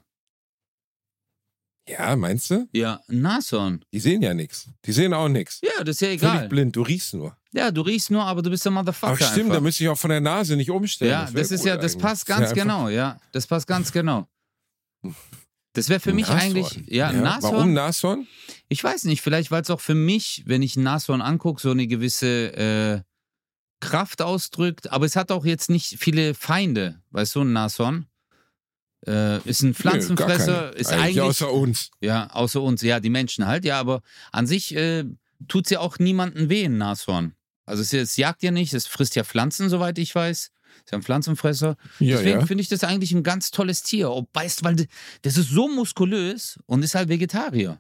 Ja, meinst du? Ja, ein Nashorn. Die sehen ja nichts. Die sehen auch nichts. Ja, das ist ja egal. Völlig blind, du riechst nur. Ja, du riechst nur, aber du bist der Motherfucker. Ach stimmt, einfach. Da müsste ich auch von der Nase nicht umstellen. Ja, das passt ganz genau, ja. Das passt ganz genau. Das wäre für mich eigentlich, ein Nashorn. Warum Nashorn? Ich weiß nicht, vielleicht weil es auch für mich, wenn ich ein Nashorn angucke, so eine gewisse Kraft ausdrückt, aber es hat auch jetzt nicht viele Feinde, weißt du, ein Nashorn. Ist ein Pflanzenfresser, ist eigentlich außer uns. Ja, außer uns, ja, die Menschen halt, ja, aber an sich tut es ja auch niemandem weh, ein Nashorn. Also es jagt ja nicht, es frisst ja Pflanzen, soweit ich weiß. Ist ja ein Pflanzenfresser. Ja, Deswegen finde ich das eigentlich ein ganz tolles Tier. Weißt, weil das ist so muskulös und ist halt Vegetarier.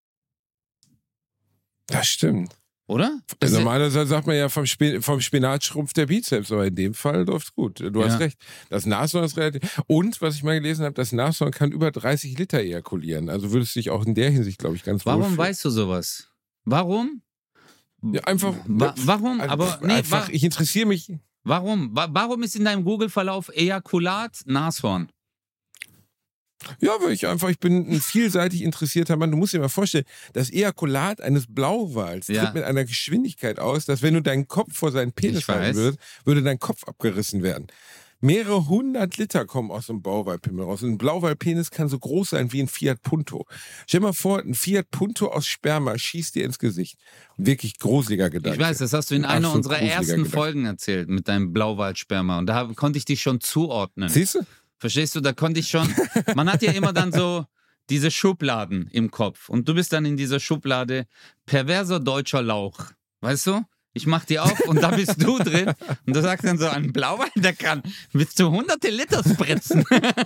Das stimmt. Oder? Normalerweise sagt man ja, vom Spinat schrumpft der Bizeps, aber in dem Fall läuft's gut. Du hast recht. Das Nashorn ist relativ. Und, was ich mal gelesen habe, das Nashorn kann über 30 Liter ejakulieren. Also würdest du dich auch in der Hinsicht, glaube ich, ganz wohl Warum fühlen. weißt du sowas? Warum? Ja, einfach. Warum? Aber nee, einfach, ich interessiere mich. Warum? Warum ist in deinem Google-Verlauf Ejakulat Nashorn? Ja, weil ich bin ein vielseitig interessierter Mann. Du musst dir mal vorstellen, das Ejakulat eines Blauwals tritt mit einer Geschwindigkeit aus, dass wenn du deinen Kopf vor seinen Penis halten würdest, würde dein Kopf abgerissen werden. Mehrere 100 Liter kommen aus einem Blauwalpimmel raus. Und ein Blauwalpenis kann so groß sein wie ein Fiat Punto. Stell dir mal vor, ein Fiat Punto aus Sperma schießt dir ins Gesicht. Wirklich gruseliger Gedanke. Ich weiß, das hast du in einer unserer ersten Folgen erzählt mit deinem Blauwalsperma. Und da konnte ich dich schon zuordnen. Siehst du? Verstehst du, da konnte ich schon, man hat ja immer dann so diese Schubladen im Kopf und du bist dann in dieser Schublade perverser deutscher Lauch, weißt du? Ich mach die auf und da bist du drin und du sagst dann so, ein Blauwal, der kann bis zu hunderte Liter spritzen.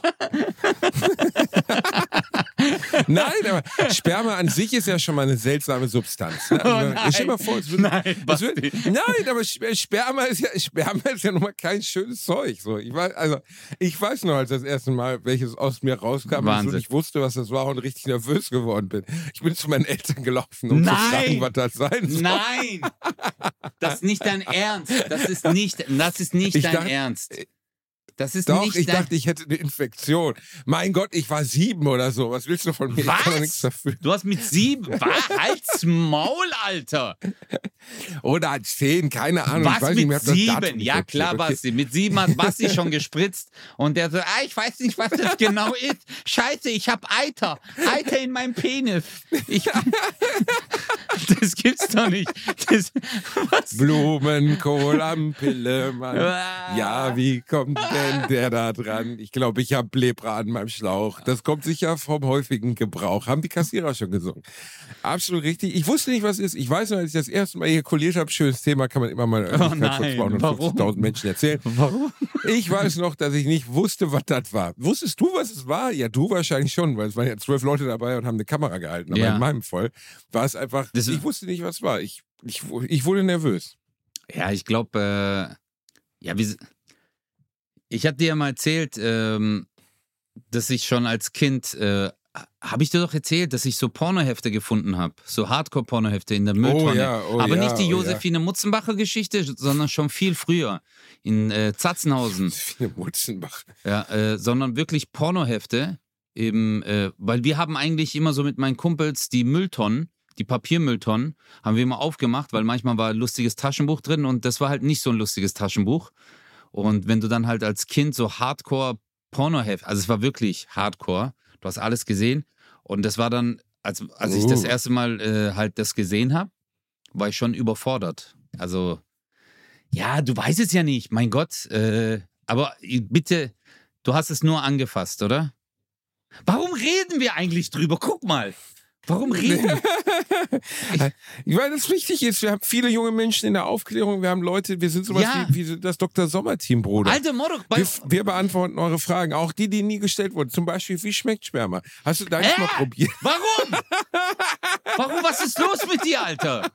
Nein, aber Sperma an sich ist ja schon mal eine seltsame Substanz. Ne? Also, stell dir mal vor, nein, aber Sperma ist ja nun mal kein schönes Zeug. So, ich weiß noch, als das erste Mal, welches aus mir rauskam, und ich wusste, was das war und richtig nervös geworden bin. Ich bin zu meinen Eltern gelaufen, um zu fragen, was das sein soll. Nein! Das ist nicht dein Ernst. Das ist nicht dein Ernst. Das ist Doch, nicht ich dachte, ich hätte eine Infektion. Mein Gott, ich war 7 oder so. Was willst du von mir? Was? Ich kann doch nichts dafür. Du hast mit 7? Halt's Maul, Alter. Oder 10, keine Ahnung. Was ich weiß mit nicht, 7? Ja klar, okay. Basti. Mit 7 hat Basti schon gespritzt. Und der so, ich weiß nicht, was das genau ist. Scheiße, ich hab Eiter. Eiter in meinem Penis. Das gibt's doch nicht. Blumenkohl am Pillemann. Ja, wie kommt denn der da dran? Ich glaube, ich habe Lepra an meinem Schlauch. Das kommt sicher vom häufigen Gebrauch. Haben die Kassierer schon gesungen. Absolut richtig. Ich wusste nicht, was es ist. Ich weiß noch, als ich das erste Mal ejakuliert habe, schönes Thema, kann man immer mal vor 250.000 Menschen erzählen. Warum? Ich weiß noch, dass ich nicht wusste, was das war. Wusstest du, was es war? Ja, du wahrscheinlich schon, weil es waren ja 12 Leute dabei und haben eine Kamera gehalten. Aber in meinem Fall war es einfach, ich wusste nicht, was es war. Ich wurde nervös. Ja, ich glaube, ich hatte dir ja mal erzählt, dass ich schon als Kind, habe ich dir doch erzählt, dass ich so Pornohefte gefunden habe. So Hardcore-Pornohefte in der Mülltonne. Aber nicht die Josephine Mutzenbacher-Geschichte, sondern schon viel früher. In Zatzenhausen. Josephine Mutzenbacher. Ja, sondern wirklich Pornohefte. Eben, weil wir haben eigentlich immer so mit meinen Kumpels die Mülltonnen, die Papiermülltonnen, haben wir immer aufgemacht, weil manchmal war ein lustiges Taschenbuch drin und das war halt nicht so ein lustiges Taschenbuch. Und wenn du dann halt als Kind so Hardcore-Pornoheft, also es war wirklich Hardcore, du hast alles gesehen. Und das war dann, als ich das erste Mal halt das gesehen habe, war ich schon überfordert. Also, ja, du weißt es ja nicht, mein Gott. Aber bitte, du hast es nur angefasst, oder? Warum reden wir eigentlich drüber? Guck mal. Warum reden wir? Weil das wichtig ist. Wir haben viele junge Menschen in der Aufklärung. Wir haben Leute, wir sind sowas wie das Dr. Sommer-Team, Bruder. Alter Mordok, wir beantworten eure Fragen. Auch die nie gestellt wurden. Zum Beispiel, wie schmeckt Sperma? Hast du da nicht mal probiert? Warum? Warum? Was ist los mit dir, Alter?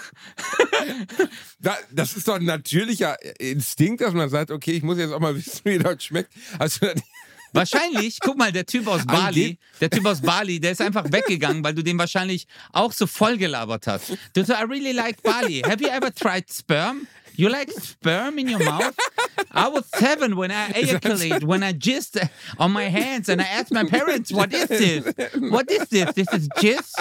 Das ist doch ein natürlicher Instinkt, dass man sagt, okay, ich muss jetzt auch mal wissen, wie das schmeckt. Hast du da nicht... Wahrscheinlich, guck mal, der Typ aus Bali, der ist einfach weggegangen, weil du den wahrscheinlich auch so voll gelabert hast. Du so, I really like Bali. Have you ever tried sperm? You like sperm in your mouth? I was 7 when I ejaculate, when I jizzed on my hands and I asked my parents, what is this? What is this? This is jizz?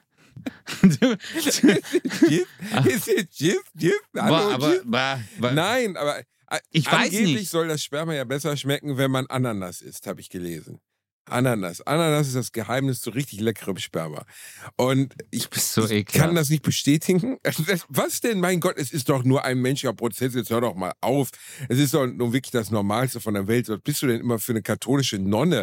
Ist es Jizz? Nein, aber... Ich weiß angeblich nicht. Soll das Sperma ja besser schmecken, wenn man Ananas isst, habe ich gelesen. Ananas ist das Geheimnis zu richtig leckerem Sperma. Und ich kann das nicht bestätigen. Was denn, mein Gott, es ist doch nur ein menschlicher Prozess, jetzt hör doch mal auf. Es ist doch nur wirklich das Normalste von der Welt. Was bist du denn immer für eine katholische Nonne?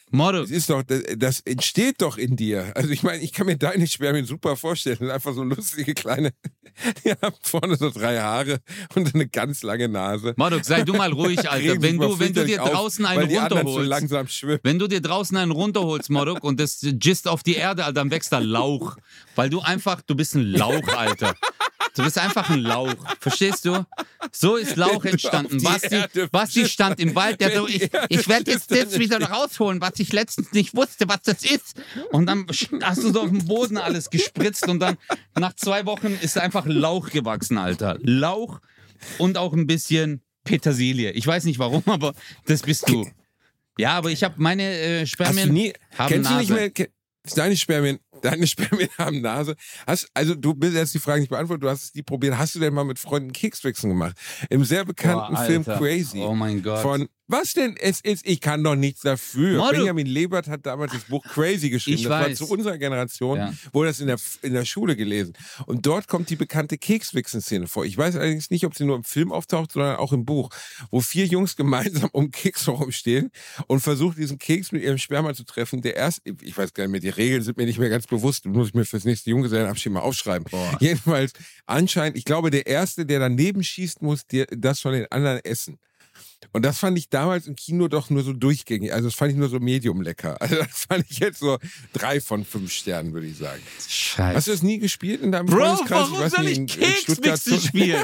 Morduk. Das ist doch, das entsteht doch in dir. Also ich meine, ich kann mir deine Spermien super vorstellen. Das sind einfach so lustige kleine, die haben vorne so 3 Haare und eine ganz lange Nase. Morduk, sei du mal ruhig, Alter. Wenn du dir draußen einen runterholst, langsam schwimmen. Wenn du dir draußen einen runterholst, Morduk, und das gisst auf die Erde, Alter, dann wächst da Lauch. Weil du bist ein Lauch, Alter. Du bist einfach ein Lauch. Verstehst du? So ist Lauch entstanden. Basti stand im Wald, der so, ich werde jetzt wieder rausholen, was ich letztens nicht wusste, was das ist. Und dann hast du so auf dem Boden alles gespritzt und dann nach 2 Wochen ist einfach Lauch gewachsen, Alter. Lauch und auch ein bisschen Petersilie. Ich weiß nicht warum, aber das bist du. Ja, aber ich habe meine Spermien haben kennst Nase. Du nicht mehr, deine Spermien haben Nase. Also du willst jetzt die Frage nicht beantworten, du hast es nie probiert. Hast du denn mal mit Freunden Kekswichsen gemacht? Im sehr bekannten Film Crazy. Oh mein Gott. Was denn? Ich kann doch nichts dafür. Morduk. Benjamin Lebert hat damals das Buch Crazy geschrieben. Das war zu unserer Generation, wurde das in der Schule gelesen. Und dort kommt die bekannte Kekswichsen-Szene vor. Ich weiß allerdings nicht, ob sie nur im Film auftaucht, sondern auch im Buch, wo 4 Jungs gemeinsam um Keks herumstehen und versuchen, diesen Keks mit ihrem Sperma zu treffen. Ich weiß gar nicht mehr, die Regeln sind mir nicht mehr ganz bewusst, muss ich mir fürs nächste Junggesellenabschied mal aufschreiben. Boah. Jedenfalls, anscheinend, ich glaube, der Erste, der daneben schießt, muss das von den anderen essen. Und das fand ich damals im Kino doch nur so durchgängig. Also das fand ich nur so medium lecker. Also das fand ich jetzt so 3 von 5 Sternen, würde ich sagen. Scheiße. Hast du das nie gespielt in deinem Bro, Freundeskreis? warum soll ich Kekswichse spielen?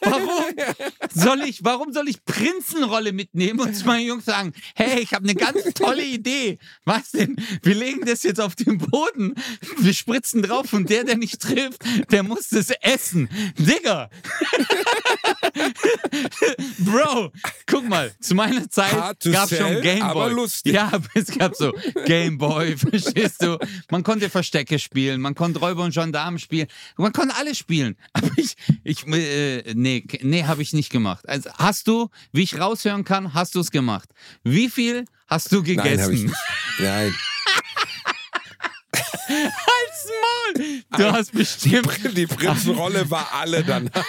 Warum soll ich Prinzenrolle mitnehmen und zu meinen Jungs sagen, hey, ich habe eine ganz tolle Idee. Was denn? Wir legen das jetzt auf den Boden, wir spritzen drauf und der nicht trifft, der muss das essen. Digga! Bro, guck mal, zu meiner Zeit gab es schon Gameboy. Aber lustig. Ja, aber es gab so Gameboy, verstehst du? Man konnte Verstecke spielen, man konnte Räuber und Gendarmen spielen, man konnte alles spielen. Aber nee, habe ich nicht gemacht. Also hast du, wie ich raushören kann, hast du es gemacht. Wie viel hast du gegessen? Nein, habe ich nicht. Nein. Halt's Maul! Du hast bestimmt... Die Prinzenrolle war alle danach.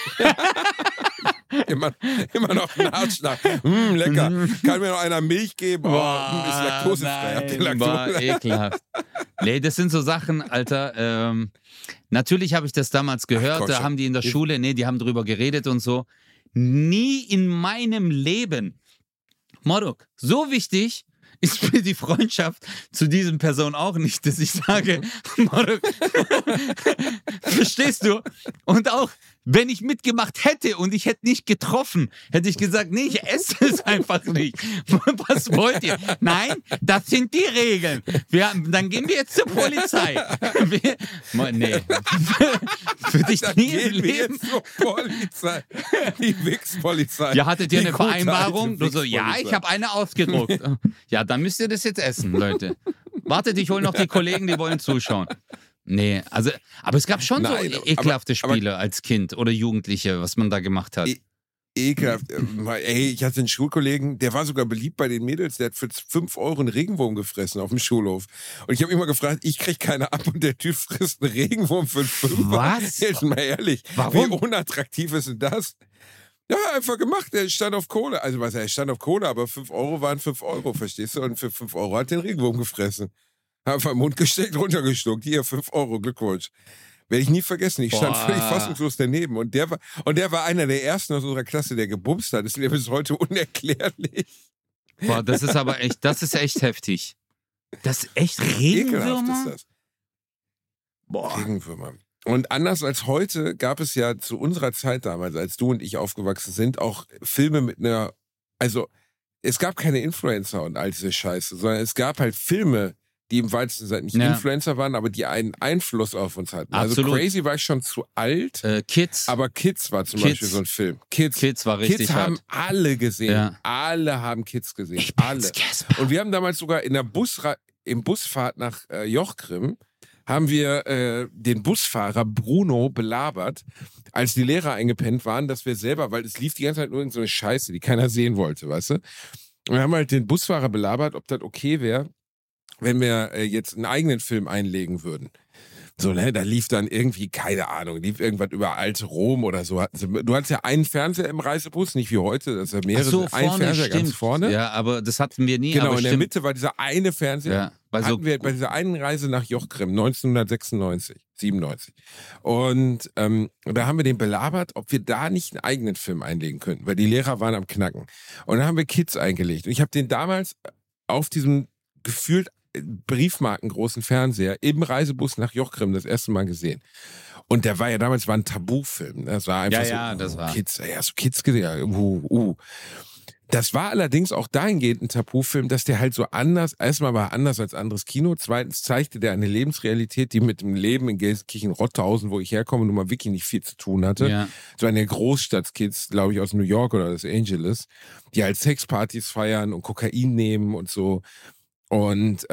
Immer noch Nachschlag. Lecker. Kann mir noch einer Milch geben? Boah, ist laktosefrei. Habt ihr Laktose? Ekelhaft. Nee, das sind so Sachen, Alter. Natürlich habe ich das damals gehört. Da haben die in der Schule, die haben drüber geredet und so. Nie in meinem Leben. Morduk, so wichtig ist mir die Freundschaft zu diesen Personen auch nicht, dass ich sage, Morduk, verstehst du? Und auch, wenn ich mitgemacht hätte und ich hätte nicht getroffen, hätte ich gesagt, nee, ich esse es einfach nicht. Was wollt ihr? Nein, das sind die Regeln. Dann gehen wir jetzt zur Polizei. Nee. Würde ich nie im Leben. Zur Polizei. Die Wichspolizei. Ja, hattet ihr eine Vereinbarung? Du so, ja, ich habe eine ausgedruckt. Ja, dann müsst ihr das jetzt essen, Leute. Wartet, ich hole noch die Kollegen, die wollen zuschauen. Nee, also, aber es gab schon so ekelhafte Spiele als Kind oder Jugendliche, was man da gemacht hat. Ekelhaft. Ey, ich hatte einen Schulkollegen, der war sogar beliebt bei den Mädels, der hat für 5 Euro einen Regenwurm gefressen auf dem Schulhof. Und ich habe immer gefragt, ich krieg keine ab und der Typ frisst einen Regenwurm für 5 Euro. Was? Jetzt mal ehrlich. Warum? Wie unattraktiv ist denn das? Ja, einfach gemacht. Der stand auf Kohle. Also er stand auf Kohle, aber 5 Euro waren 5 Euro, verstehst du? Und für 5 Euro hat den Regenwurm gefressen. Einfach im Mund gesteckt, runtergeschluckt. Hier, 5 Euro, Glückwunsch. Werde ich nie vergessen. Ich stand völlig fassungslos daneben. Und der war einer der ersten aus unserer Klasse, der gebumst hat. Das ist mir bis heute unerklärlich. Boah, das ist echt heftig. Das ist echt Regenwürmer? Ist das. Boah. Regenwürmer. Und anders als heute gab es ja zu unserer Zeit damals, als du und ich aufgewachsen sind, auch Filme mit also es gab keine Influencer und all diese Scheiße, sondern es gab halt Filme, die im weitesten Sinne nicht Influencer waren, aber die einen Einfluss auf uns hatten. Absolut. Also Crazy war ich schon zu alt. Kids. Aber Kids war zum Beispiel so ein Film. Kids war richtig Kids haben alle gesehen. Ja. Alle haben Kids gesehen. Alle. Und wir haben damals sogar im Busfahrt nach Jochgrim haben wir den Busfahrer Bruno belabert, als die Lehrer eingepennt waren, dass wir selber, weil es lief die ganze Zeit nur in so eine Scheiße, die keiner sehen wollte, weißt du? Und wir haben halt den Busfahrer belabert, ob das okay wäre, wenn wir jetzt einen eigenen Film einlegen würden. So, ne, da lief dann irgendwie, keine Ahnung, lief irgendwas über alte Rom oder so. Du hattest ja einen Fernseher im Reisebus, nicht wie heute, das ist ja mehrere, Ach so, ein vorne, Fernseher stimmt. ganz vorne. Ja, aber das hatten wir nie. Genau, aber in der stimmt. Mitte war dieser eine Fernseher. Ja, bei so Hatten wir bei dieser einen Reise nach Jochgrimm 1996, 97. Und da haben wir den belabert, ob wir da nicht einen eigenen Film einlegen könnten, weil die Lehrer waren am Knacken. Und dann haben wir Kids eingelegt. Und ich habe den damals auf diesem gefühlt briefmarkengroßen Fernseher im Reisebus nach Jochgrimm das erste Mal gesehen. Und der war ja damals ein Tabufilm. Das war einfach das war. Kids, ja, so Kids gesehen. Das war allerdings auch dahingehend ein Tabufilm, dass der halt so anders, erstmal war er anders als anderes Kino, zweitens zeigte der eine Lebensrealität, die mit dem Leben in Gelsenkirchen-Rottausen, wo ich herkomme, nun mal wirklich nicht viel zu tun hatte. Ja. So eine Großstadtkids, glaube ich, aus New York oder Los Angeles, die halt Sexpartys feiern und Kokain nehmen und so. Und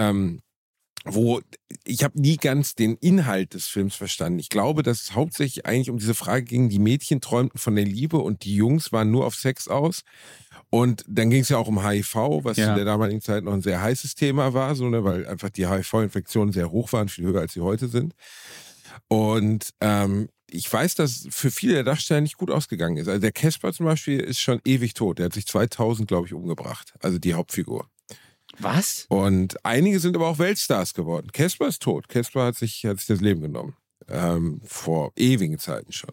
wo ich habe nie ganz den Inhalt des Films verstanden. Ich glaube, dass es hauptsächlich eigentlich um diese Frage ging, die Mädchen träumten von der Liebe und die Jungs waren nur auf Sex aus. Und dann ging es ja auch um HIV, was in der damaligen Zeit noch ein sehr heißes Thema war, so, ne, weil einfach die HIV-Infektionen sehr hoch waren, viel höher als sie heute sind. Und ich weiß, dass für viele der Darsteller nicht gut ausgegangen ist. Also der Casper zum Beispiel ist schon ewig tot. Der hat sich 2000, glaube ich, umgebracht. Also die Hauptfigur. Was? Und einige sind aber auch Weltstars geworden. Casper ist tot. Casper hat sich das Leben genommen. Vor ewigen Zeiten schon.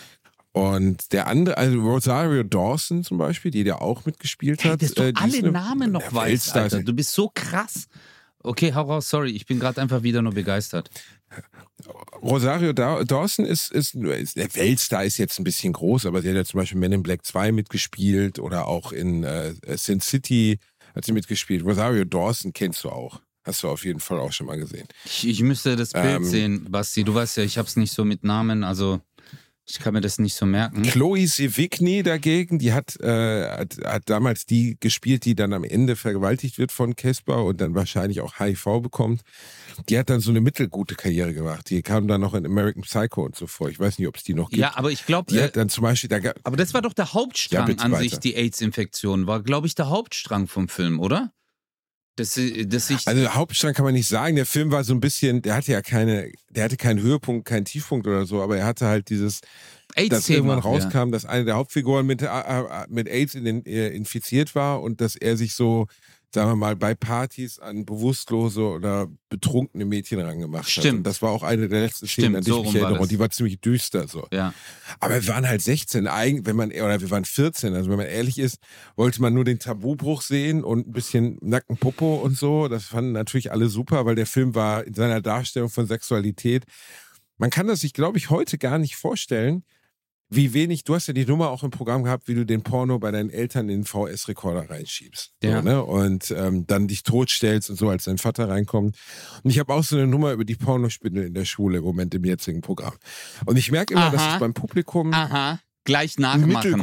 Und der andere, also Rosario Dawson zum Beispiel, die da auch mitgespielt hat. Dass du alle Namen noch weißt, Alter. Du bist so krass. Okay, hau raus, sorry. Ich bin gerade einfach wieder nur begeistert. Rosario Dawson ist der Weltstar ist jetzt ein bisschen groß, aber sie hat ja zum Beispiel Men in Black 2 mitgespielt oder auch in Sin City hat sie mitgespielt. Rosario Dawson kennst du auch. Hast du auf jeden Fall auch schon mal gesehen. Ich müsste das Bild sehen, Basti. Du weißt ja, ich hab's nicht so mit Namen, also ich kann mir das nicht so merken. Chloe Sevigny dagegen, die hat damals die gespielt, die dann am Ende vergewaltigt wird von Casper und dann wahrscheinlich auch HIV bekommt. Die hat dann so eine mittelgute Karriere gemacht. Die kam dann noch in American Psycho und so vor. Ich weiß nicht, ob es die noch gibt. Ja, aber ich glaube, die hat dann zum Beispiel aber das war doch der Hauptstrang an sich, die AIDS-Infektion. War, glaube ich, der Hauptstrang vom Film, oder? Also der Hauptstrang kann man nicht sagen. Der Film war so ein bisschen, der hatte keinen Höhepunkt, keinen Tiefpunkt oder so, aber er hatte halt dieses, dass irgendwann rauskam, dass eine der Hauptfiguren mit AIDS infiziert war und dass er sich so, sagen wir mal, bei Partys an bewusstlose oder betrunkene Mädchen rangemacht hat. Und das war auch eine der letzten Szenen, an die ich mich erinnere. Und die war ziemlich düster so. Ja. Aber wir waren halt 16, wir waren 14, also wenn man ehrlich ist, wollte man nur den Tabubruch sehen und ein bisschen nackten Popo und so. Das fanden natürlich alle super, weil der Film war in seiner Darstellung von Sexualität. Man kann das sich, glaube ich, heute gar nicht vorstellen, wie wenig, du hast ja die Nummer auch im Programm gehabt, wie du den Porno bei deinen Eltern in den VS-Rekorder reinschiebst. Ja. So, ne? Und dann dich totstellst und so, als dein Vater reinkommt. Und ich habe auch so eine Nummer über die Pornospindel in der Schule im Moment im jetzigen Programm. Und ich merke immer, dass es beim Publikum gleich nachmachen.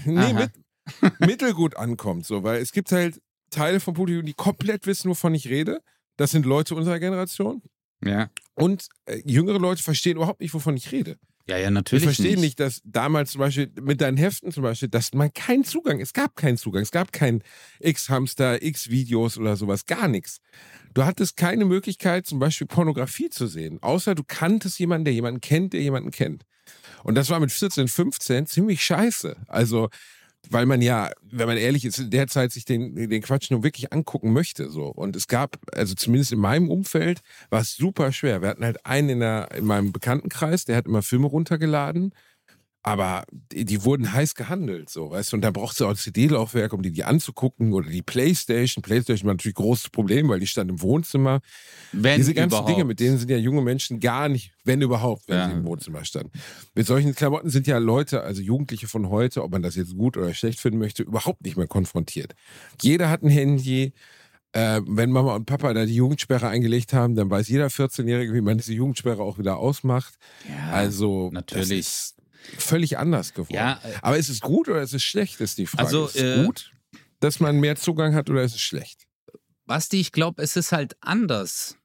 Mittelgut ankommt, so, weil es gibt halt Teile vom Publikum, die komplett wissen, wovon ich rede. Das sind Leute unserer Generation. Ja. Und jüngere Leute verstehen überhaupt nicht, wovon ich rede. Ja, natürlich. Ich verstehe nicht, dass damals zum Beispiel mit deinen Heften zum Beispiel, dass man keinen Zugang, es gab keinen Zugang, es gab kein X-Hamster, X-Videos oder sowas, gar nichts. Du hattest keine Möglichkeit, zum Beispiel Pornografie zu sehen, außer du kanntest jemanden, der jemanden kennt, der jemanden kennt. Und das war mit 14, 15 ziemlich scheiße. Also, weil man ja, wenn man ehrlich ist, in der Zeit sich den Quatsch nur wirklich angucken möchte. So. Und es gab, also zumindest in meinem Umfeld, war es super schwer. Wir hatten halt einen in meinem Bekanntenkreis, der hat immer Filme runtergeladen, aber die wurden heiß gehandelt, so, weißt du. Und da brauchst du auch CD-Laufwerk, um die anzugucken, oder die Playstation. Playstation war natürlich ein großes Problem, weil die stand im Wohnzimmer. Diese ganzen Dinge, mit denen sind ja junge Menschen gar nicht, wenn überhaupt, wenn sie im Wohnzimmer standen. Mit solchen Klamotten sind ja Leute, also Jugendliche von heute, ob man das jetzt gut oder schlecht finden möchte, überhaupt nicht mehr konfrontiert. Jeder hat ein Handy. Wenn Mama und Papa da die Jugendsperre eingelegt haben, dann weiß jeder 14-Jährige, wie man diese Jugendsperre auch wieder ausmacht. Ja, also natürlich. Das ist völlig anders geworden. Ja, aber ist es gut oder ist es schlecht, ist die Frage. Also, ist es gut, dass man mehr Zugang hat, oder ist es schlecht? Basti, ich glaube, es ist halt anders.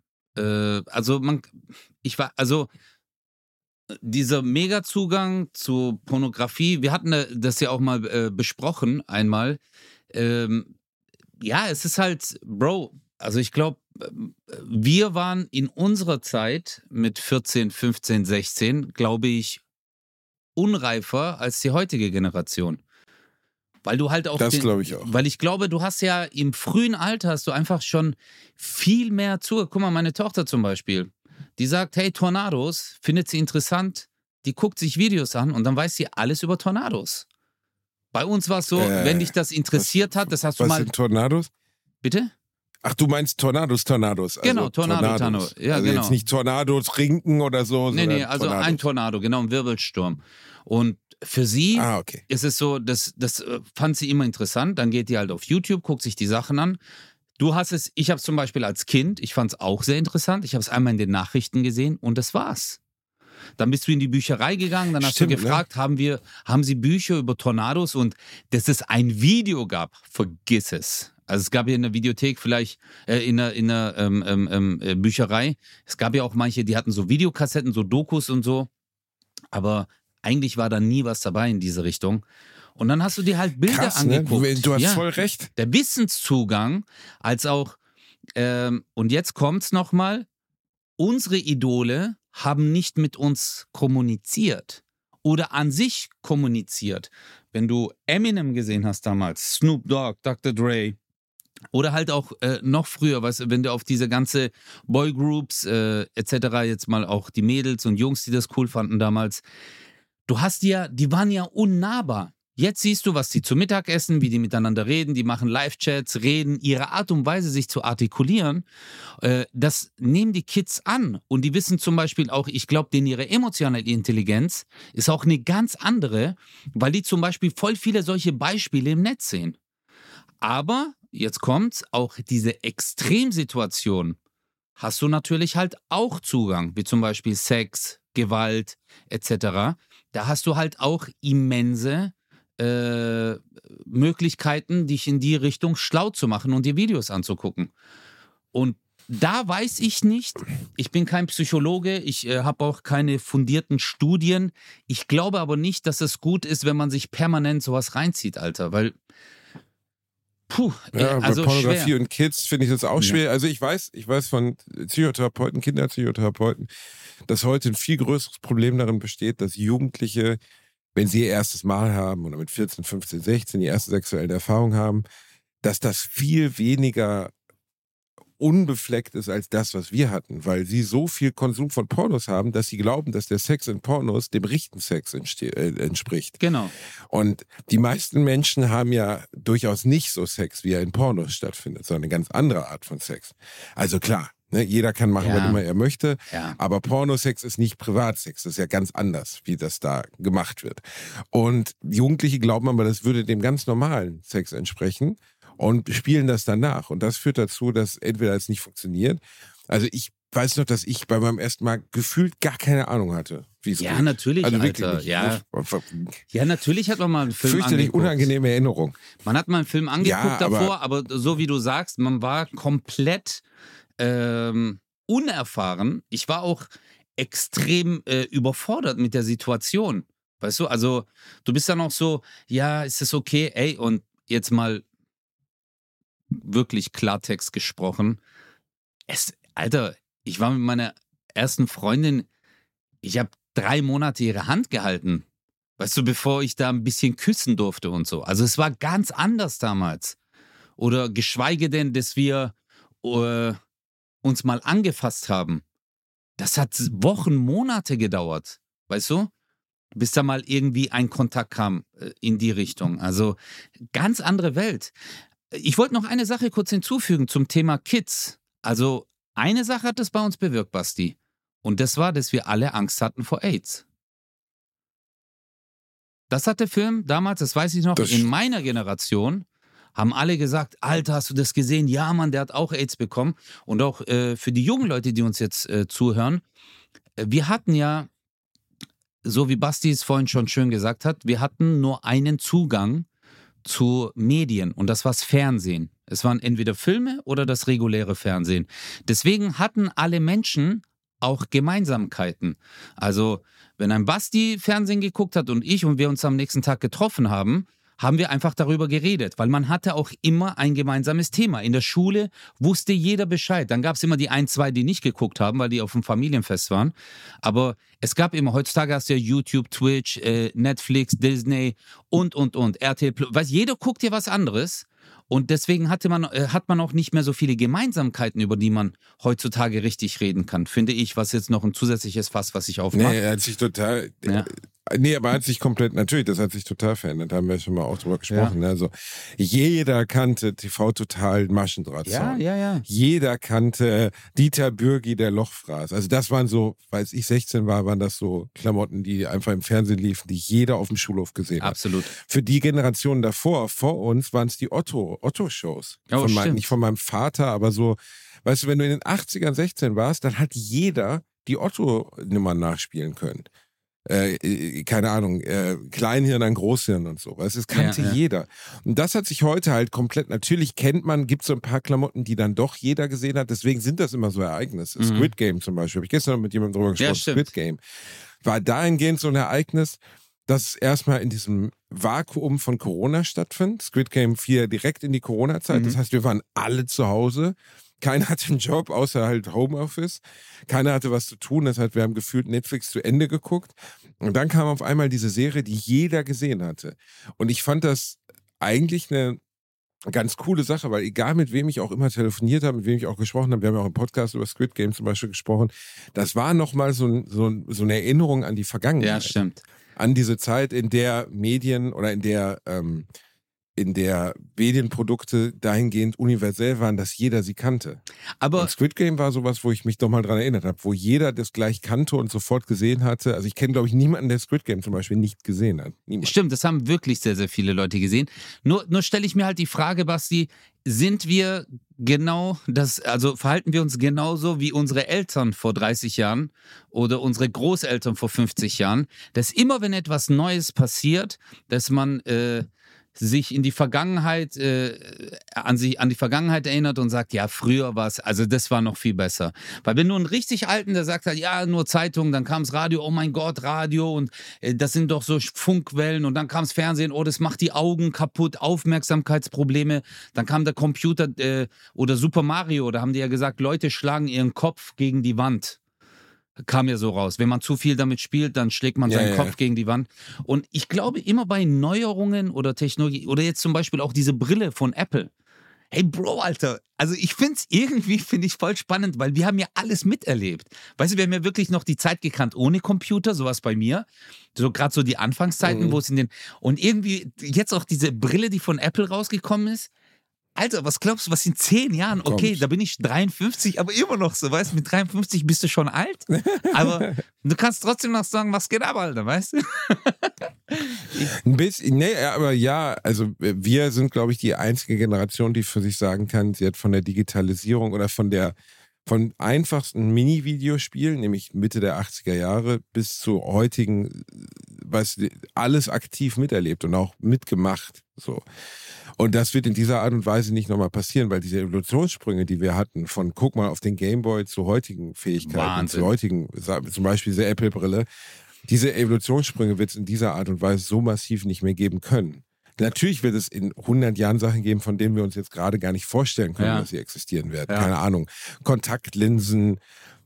Dieser Mega-Zugang zu Pornografie, wir hatten das ja auch mal besprochen einmal. Ja, es ist halt, Bro, Also ich glaube, wir waren in unserer Zeit mit 14, 15, 16, glaube ich, unreifer als die heutige Generation. Weil du halt auch Das glaube ich auch. weil ich glaube, du hast ja im frühen Alter hast du einfach schon viel mehr zu. Guck mal, meine Tochter zum Beispiel, die sagt, hey, Tornados, findet sie interessant, die guckt sich Videos an und dann weiß sie alles über Tornados. Bei uns war es so, wenn dich das interessiert hat, das hast du Was mal. sind Tornados? Bitte? Ach, du meinst Tornados. Also Genau, Tornado. Ja, also genau. jetzt nicht Tornados, Rinken oder so. Nee, also Tornados. ein Tornado, genau, ein Wirbelsturm. Und für sie okay. ist es so, das fand sie immer interessant. Dann geht die halt auf YouTube, guckt sich die Sachen an. Ich habe es zum Beispiel als Kind, ich fand es auch sehr interessant. Ich habe es einmal in den Nachrichten gesehen und das war's. Dann bist du in die Bücherei gegangen, dann hast Stimmt, du gefragt, haben sie Bücher über Tornados und dass es ein Video gab, vergiss es. Also es gab ja in der Videothek vielleicht, in einer Bücherei, es gab ja auch manche, die hatten so Videokassetten, so Dokus und so, aber eigentlich war da nie was dabei in diese Richtung. Und dann hast du dir halt Bilder Krass, angeguckt. Ne? Du hast voll recht. Der Wissenszugang, als auch, und jetzt kommt's nochmal, unsere Idole haben nicht mit uns kommuniziert oder an sich kommuniziert. Wenn du Eminem gesehen hast damals, Snoop Dogg, Dr. Dre oder halt auch noch früher, weißt du, wenn du auf diese ganze Boygroups etc. jetzt mal auch die Mädels und Jungs, die das cool fanden damals, die waren ja unnahbar. Jetzt siehst du, was die zu Mittag essen, wie die miteinander reden, die machen Live-Chats, reden, ihre Art und Weise, sich zu artikulieren, das nehmen die Kids an. Und die wissen zum Beispiel auch, ich glaube, denen ihre emotionale Intelligenz ist auch eine ganz andere, weil die zum Beispiel voll viele solche Beispiele im Netz sehen. Aber, jetzt kommt's, auch diese Extremsituation hast du natürlich halt auch Zugang, wie zum Beispiel Sex, Gewalt etc. Da hast du halt auch immense Möglichkeiten, dich in die Richtung schlau zu machen und dir Videos anzugucken. Und da weiß ich nicht, ich bin kein Psychologe, ich habe auch keine fundierten Studien. Ich glaube aber nicht, dass es gut ist, wenn man sich permanent sowas reinzieht, Alter, weil also bei Pornografie schwer. und Kids finde ich das auch schwer. Also ich weiß von Psychotherapeuten, Kinderpsychotherapeuten, dass heute ein viel größeres Problem darin besteht, dass Jugendliche, wenn sie ihr erstes Mal haben oder mit 14, 15, 16 die erste sexuelle Erfahrung haben, dass das viel weniger unbefleckt ist als das, was wir hatten, weil sie so viel Konsum von Pornos haben, dass sie glauben, dass der Sex in Pornos dem richtigen Sex entspricht. Genau. Und die meisten Menschen haben ja durchaus nicht so Sex, wie er in Pornos stattfindet, sondern eine ganz andere Art von Sex. Also klar, ne, jeder kann machen, was immer er möchte, aber Pornosex ist nicht Privatsex, das ist ja ganz anders, wie das da gemacht wird. Und Jugendliche glauben aber, das würde dem ganz normalen Sex entsprechen und spielen das dann nach. Und das führt dazu, dass entweder es nicht funktioniert. Also ich weiß noch, dass ich bei meinem ersten Mal gefühlt gar keine Ahnung hatte, wie es geht. Ja, natürlich, also Alter. Nicht. Ja, natürlich hat man mal einen Film fürchterlich angeguckt. Unangenehme Erinnerung. Man hat mal einen Film angeguckt davor, aber so wie du sagst, man war komplett unerfahren. Ich war auch extrem überfordert mit der Situation. Weißt du, also du bist dann auch so, ja, ist es okay? Ey, und jetzt mal wirklich Klartext gesprochen. Alter, ich war mit meiner ersten Freundin, ich habe 3 Monate ihre Hand gehalten. Weißt du, bevor ich da ein bisschen küssen durfte und so. Also es war ganz anders damals. Oder geschweige denn, dass wir uns mal angefasst haben. Das hat Wochen, Monate gedauert. Weißt du? Bis da mal irgendwie ein Kontakt kam in die Richtung. Also ganz andere Welt. Ich wollte noch eine Sache kurz hinzufügen zum Thema Kids. Also eine Sache hat es bei uns bewirkt, Basti. Und das war, dass wir alle Angst hatten vor AIDS. Das hat der Film damals, das weiß ich noch, in meiner Generation, haben alle gesagt, Alter, hast du das gesehen? Ja, Mann, der hat auch AIDS bekommen. Und auch für die jungen Leute, die uns jetzt zuhören, wir hatten ja, so wie Basti es vorhin schon schön gesagt hat, wir hatten nur einen Zugang zu Medien und das war das Fernsehen. Es waren entweder Filme oder das reguläre Fernsehen. Deswegen hatten alle Menschen auch Gemeinsamkeiten. Also wenn ein Basti Fernsehen geguckt hat und ich und wir uns am nächsten Tag getroffen haben, haben wir einfach darüber geredet, weil man hatte auch immer ein gemeinsames Thema. In der Schule wusste jeder Bescheid. Dann gab es immer die ein, zwei, die nicht geguckt haben, weil die auf dem Familienfest waren. Aber es gab immer, heutzutage hast du ja YouTube, Twitch, Netflix, Disney und, RTL+. Weißt, jeder guckt dir was anderes. Und deswegen hat man auch nicht mehr so viele Gemeinsamkeiten, über die man heutzutage richtig reden kann, finde ich, was jetzt noch ein zusätzliches Fass, was ich aufmache. Nee, er hat sich total... Ja. Nee, aber hat sich komplett, natürlich, das hat sich total verändert, da haben wir schon mal auch drüber gesprochen. Ja. Also jeder kannte TV Total Maschendrahtzaun. Ja. Jeder kannte Dieter Bürgi, der Lochfraß. Also das waren so, als ich 16 war, waren das so Klamotten, die einfach im Fernsehen liefen, die jeder auf dem Schulhof gesehen hat. Absolut. Für die Generationen davor, vor uns, waren es die Otto-Shows. Oh, Nicht von meinem Vater, aber so, weißt du, wenn du in den 80ern 16 warst, dann hat jeder die Otto-Nummern nachspielen können. Keine Ahnung, Kleinhirn an Großhirn und so. Das kannte jeder. Und das hat sich heute halt komplett, natürlich gibt es so ein paar Klamotten, die dann doch jeder gesehen hat, deswegen sind das immer so Ereignisse. Squid Game zum Beispiel, habe ich gestern noch mit jemandem drüber gesprochen, Squid Game. War dahingehend so ein Ereignis, dass es erstmal in diesem Vakuum von Corona stattfindet. Squid Game fiel direkt in die Corona-Zeit, das heißt, wir waren alle zu Hause. Keiner hatte einen Job, außer halt Homeoffice. Keiner hatte was zu tun. Das heißt, wir haben gefühlt Netflix zu Ende geguckt. Und dann kam auf einmal diese Serie, die jeder gesehen hatte. Und ich fand das eigentlich eine ganz coole Sache, weil egal mit wem ich auch immer telefoniert habe, mit wem ich auch gesprochen habe, wir haben ja auch im Podcast über Squid Game zum Beispiel gesprochen, das war nochmal so eine Erinnerung an die Vergangenheit. Ja, stimmt. An diese Zeit, in der Medien oder in der Medienprodukte dahingehend universell waren, dass jeder sie kannte. Aber und Squid Game war sowas, wo ich mich doch mal dran erinnert habe, wo jeder das gleich kannte und sofort gesehen hatte. Also ich kenne, glaube ich, niemanden, der Squid Game zum Beispiel nicht gesehen hat. Niemand. Stimmt, das haben wirklich sehr, sehr viele Leute gesehen. Nur stelle ich mir halt die Frage, Basti, sind wir verhalten wir uns genauso wie unsere Eltern vor 30 Jahren oder unsere Großeltern vor 50 Jahren, dass immer, wenn etwas Neues passiert, dass man sich in die Vergangenheit, an die Vergangenheit erinnert und sagt, ja, früher war es, also das war noch viel besser. Weil wenn du einen richtig Alten, der sagt halt, ja, nur Zeitung, dann kam das Radio, oh mein Gott, Radio und das sind doch so Funkwellen und dann kam das Fernsehen, oh, das macht die Augen kaputt, Aufmerksamkeitsprobleme, dann kam der Computer oder Super Mario, da haben die ja gesagt, Leute schlagen ihren Kopf gegen die Wand. Kam ja so raus. Wenn man zu viel damit spielt, dann schlägt man seinen Kopf gegen die Wand. Und ich glaube immer bei Neuerungen oder Technologie, oder jetzt zum Beispiel auch diese Brille von Apple. Hey Bro, Alter, also ich finde ich voll spannend, weil wir haben ja alles miterlebt. Weißt du, wir haben ja wirklich noch die Zeit gekannt ohne Computer, sowas bei mir. So gerade so die Anfangszeiten, wo es und irgendwie jetzt auch diese Brille, die von Apple rausgekommen ist. Alter, was glaubst du, was in 10 Jahren? Okay, da bin ich 53, aber immer noch so, weißt du, mit 53 bist du schon alt, aber du kannst trotzdem noch sagen, was geht ab, Alter, weißt du? Ein bisschen, nee, aber ja, also wir sind, glaube ich, die einzige Generation, die für sich sagen kann, sie hat von der Digitalisierung oder von einfachsten Mini-Videospielen, nämlich Mitte der 80er Jahre, bis zu heutigen, alles aktiv miterlebt und auch mitgemacht, so. Und das wird in dieser Art und Weise nicht nochmal passieren, weil diese Evolutionssprünge, die wir hatten, von guck mal auf den Gameboy zu heutigen Fähigkeiten, Wahnsinn. zu heutigen, zum Beispiel diese Apple-Brille, diese Evolutionssprünge wird es in dieser Art und Weise so massiv nicht mehr geben können. Natürlich wird es in 100 Jahren Sachen geben, von denen wir uns jetzt gerade gar nicht vorstellen können, dass sie existieren werden. Keine Ahnung. Kontaktlinsen,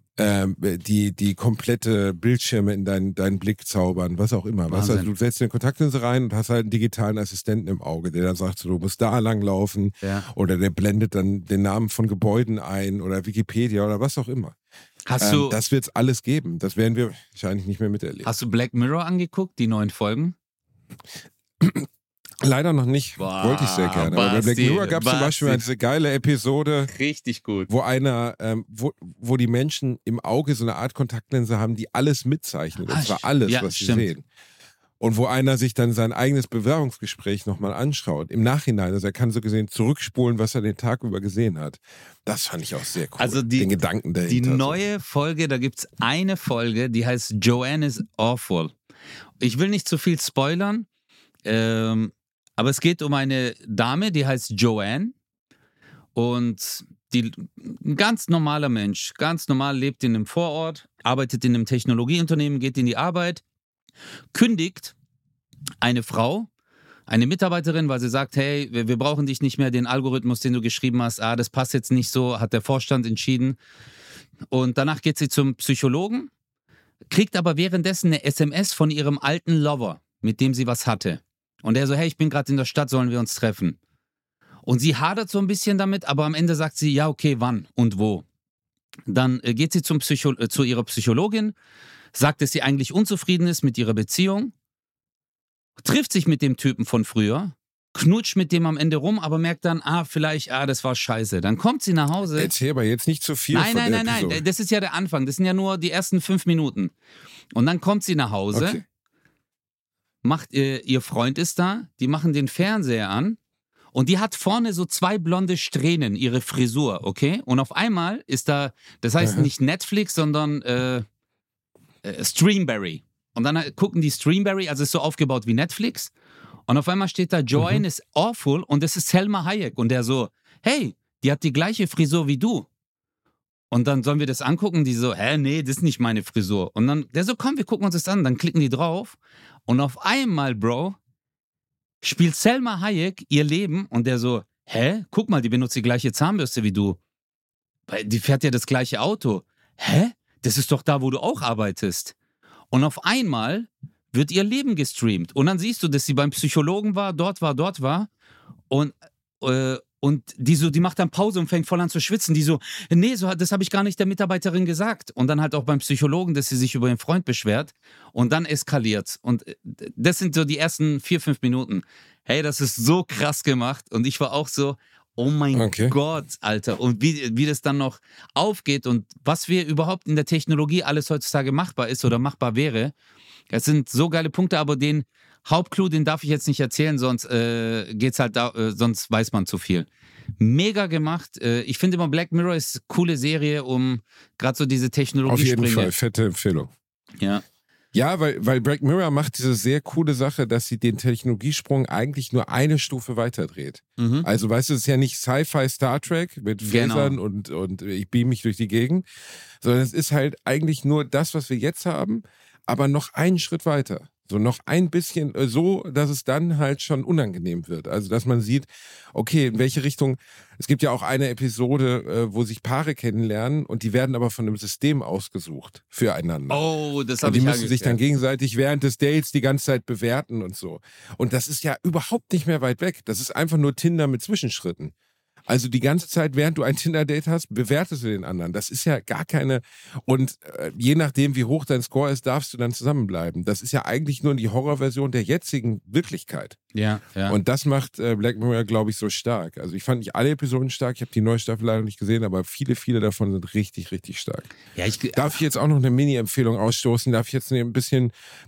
die komplette Bildschirme in deinen Blick zaubern, was auch immer. Weißt du, also du setzt eine Kontaktlinse rein und hast halt einen digitalen Assistenten im Auge, der dann sagt, du musst da lang laufen oder der blendet dann den Namen von Gebäuden ein oder Wikipedia oder was auch immer. Das wird es alles geben. Das werden wir wahrscheinlich nicht mehr miterleben. Hast du Black Mirror angeguckt, die neuen Folgen? Leider noch nicht. Wollte ich sehr gerne. Aber bei Black Mirror gab es zum Beispiel mal diese geile Episode. Richtig gut. Wo wo die Menschen im Auge so eine Art Kontaktlinse haben, die alles mitzeichnet. Und zwar alles, was sie sehen. Und wo einer sich dann sein eigenes Bewerbungsgespräch nochmal anschaut. Im Nachhinein. Also er kann so gesehen zurückspulen, was er den Tag über gesehen hat. Das fand ich auch sehr cool. Also den Gedanken dahinter. Die neue Folge, da gibt es eine Folge, die heißt Joanne is Awful. Ich will nicht zu viel spoilern. Aber es geht um eine Dame, die heißt Joanne und ein ganz normaler Mensch, ganz normal lebt in einem Vorort, arbeitet in einem Technologieunternehmen, geht in die Arbeit, kündigt eine Frau, eine Mitarbeiterin, weil sie sagt, hey, wir brauchen dich nicht mehr, den Algorithmus, den du geschrieben hast, das passt jetzt nicht so, hat der Vorstand entschieden. Und danach geht sie zum Psychologen, kriegt aber währenddessen eine SMS von ihrem alten Lover, mit dem sie was hatte. Und er so, hey, ich bin gerade in der Stadt, sollen wir uns treffen? Und sie hadert so ein bisschen damit, aber am Ende sagt sie, ja, okay, wann und wo? Dann geht sie zu ihrer Psychologin, sagt, dass sie eigentlich unzufrieden ist mit ihrer Beziehung, trifft sich mit dem Typen von früher, knutscht mit dem am Ende rum, aber merkt dann, vielleicht, das war scheiße. Dann kommt sie nach Hause. Erzähl aber jetzt nicht zu viel von der Episode. Nein, das ist ja der Anfang. Das sind ja nur die ersten 5 Minuten. Und dann kommt sie nach Hause, ihr Freund ist da, die machen den Fernseher an und die hat vorne so 2 blonde Strähnen, ihre Frisur, okay? Und auf einmal ist da, das heißt nicht Netflix, sondern Streamberry. Und dann gucken die Streamberry, also ist so aufgebaut wie Netflix. Und auf einmal steht da, Joanne is awful und das ist Selma Hayek. Und der so, hey, die hat die gleiche Frisur wie du. Und dann sollen wir das angucken, die so, nee, das ist nicht meine Frisur. Und dann, der so, komm, wir gucken uns das an. Dann klicken die drauf. Und auf einmal, Bro, spielt Selma Hayek ihr Leben. Und der so, guck mal, die benutzt die gleiche Zahnbürste wie du. Die fährt ja das gleiche Auto. Das ist doch da, wo du auch arbeitest. Und auf einmal wird ihr Leben gestreamt. Und dann siehst du, dass sie beim Psychologen war, dort war. Und die macht dann Pause und fängt voll an zu schwitzen. Die so, nee, das habe ich gar nicht der Mitarbeiterin gesagt. Und dann halt auch beim Psychologen, dass sie sich über ihren Freund beschwert. Und dann eskaliert's. Und das sind so die ersten 4-5 Minuten. Hey, das ist so krass gemacht. Und ich war auch so, oh mein Gott, Alter. Und wie das dann noch aufgeht und was wir überhaupt in der Technologie alles heutzutage machbar ist oder machbar wäre. Es sind so geile Punkte, aber den Hauptclou, den darf ich jetzt nicht erzählen, sonst geht's halt sonst weiß man zu viel. Mega gemacht. Ich finde immer, Black Mirror ist eine coole Serie, um gerade so diese Technologie Auf jeden Fall, fette Empfehlung. Ja. Ja, weil Black Mirror macht diese sehr coole Sache, dass sie den Technologiesprung eigentlich nur eine Stufe weiterdreht. Also weißt du, es ist ja nicht Sci-Fi Star Trek mit Phasern und ich beam mich durch die Gegend, sondern es ist halt eigentlich nur das, was wir jetzt haben, aber noch einen Schritt weiter. So noch ein bisschen so, dass es dann halt schon unangenehm wird. Also, dass man sieht, okay, in welche Richtung. Es gibt ja auch eine Episode, wo sich Paare kennenlernen und die werden aber von einem System ausgesucht füreinander. Oh, das habe ich Und die müssen sich dann gegenseitig während des Dates die ganze Zeit bewerten und so. Und das ist ja überhaupt nicht mehr weit weg. Das ist einfach nur Tinder mit Zwischenschritten. Also die ganze Zeit, während du ein Tinder-Date hast, bewertest du den anderen. Das ist ja gar keine... Und je nachdem, wie hoch dein Score ist, darfst du dann zusammenbleiben. Das ist ja eigentlich nur die Horrorversion der jetzigen Wirklichkeit. Ja. Und das macht Black Mirror, glaube ich, so stark. Also ich fand nicht alle Episoden stark. Ich habe die neue Staffel leider nicht gesehen, aber viele davon sind richtig, richtig stark. Ja, darf ich jetzt auch noch eine Mini-Empfehlung ausstoßen? Darf ich jetzt ein bisschen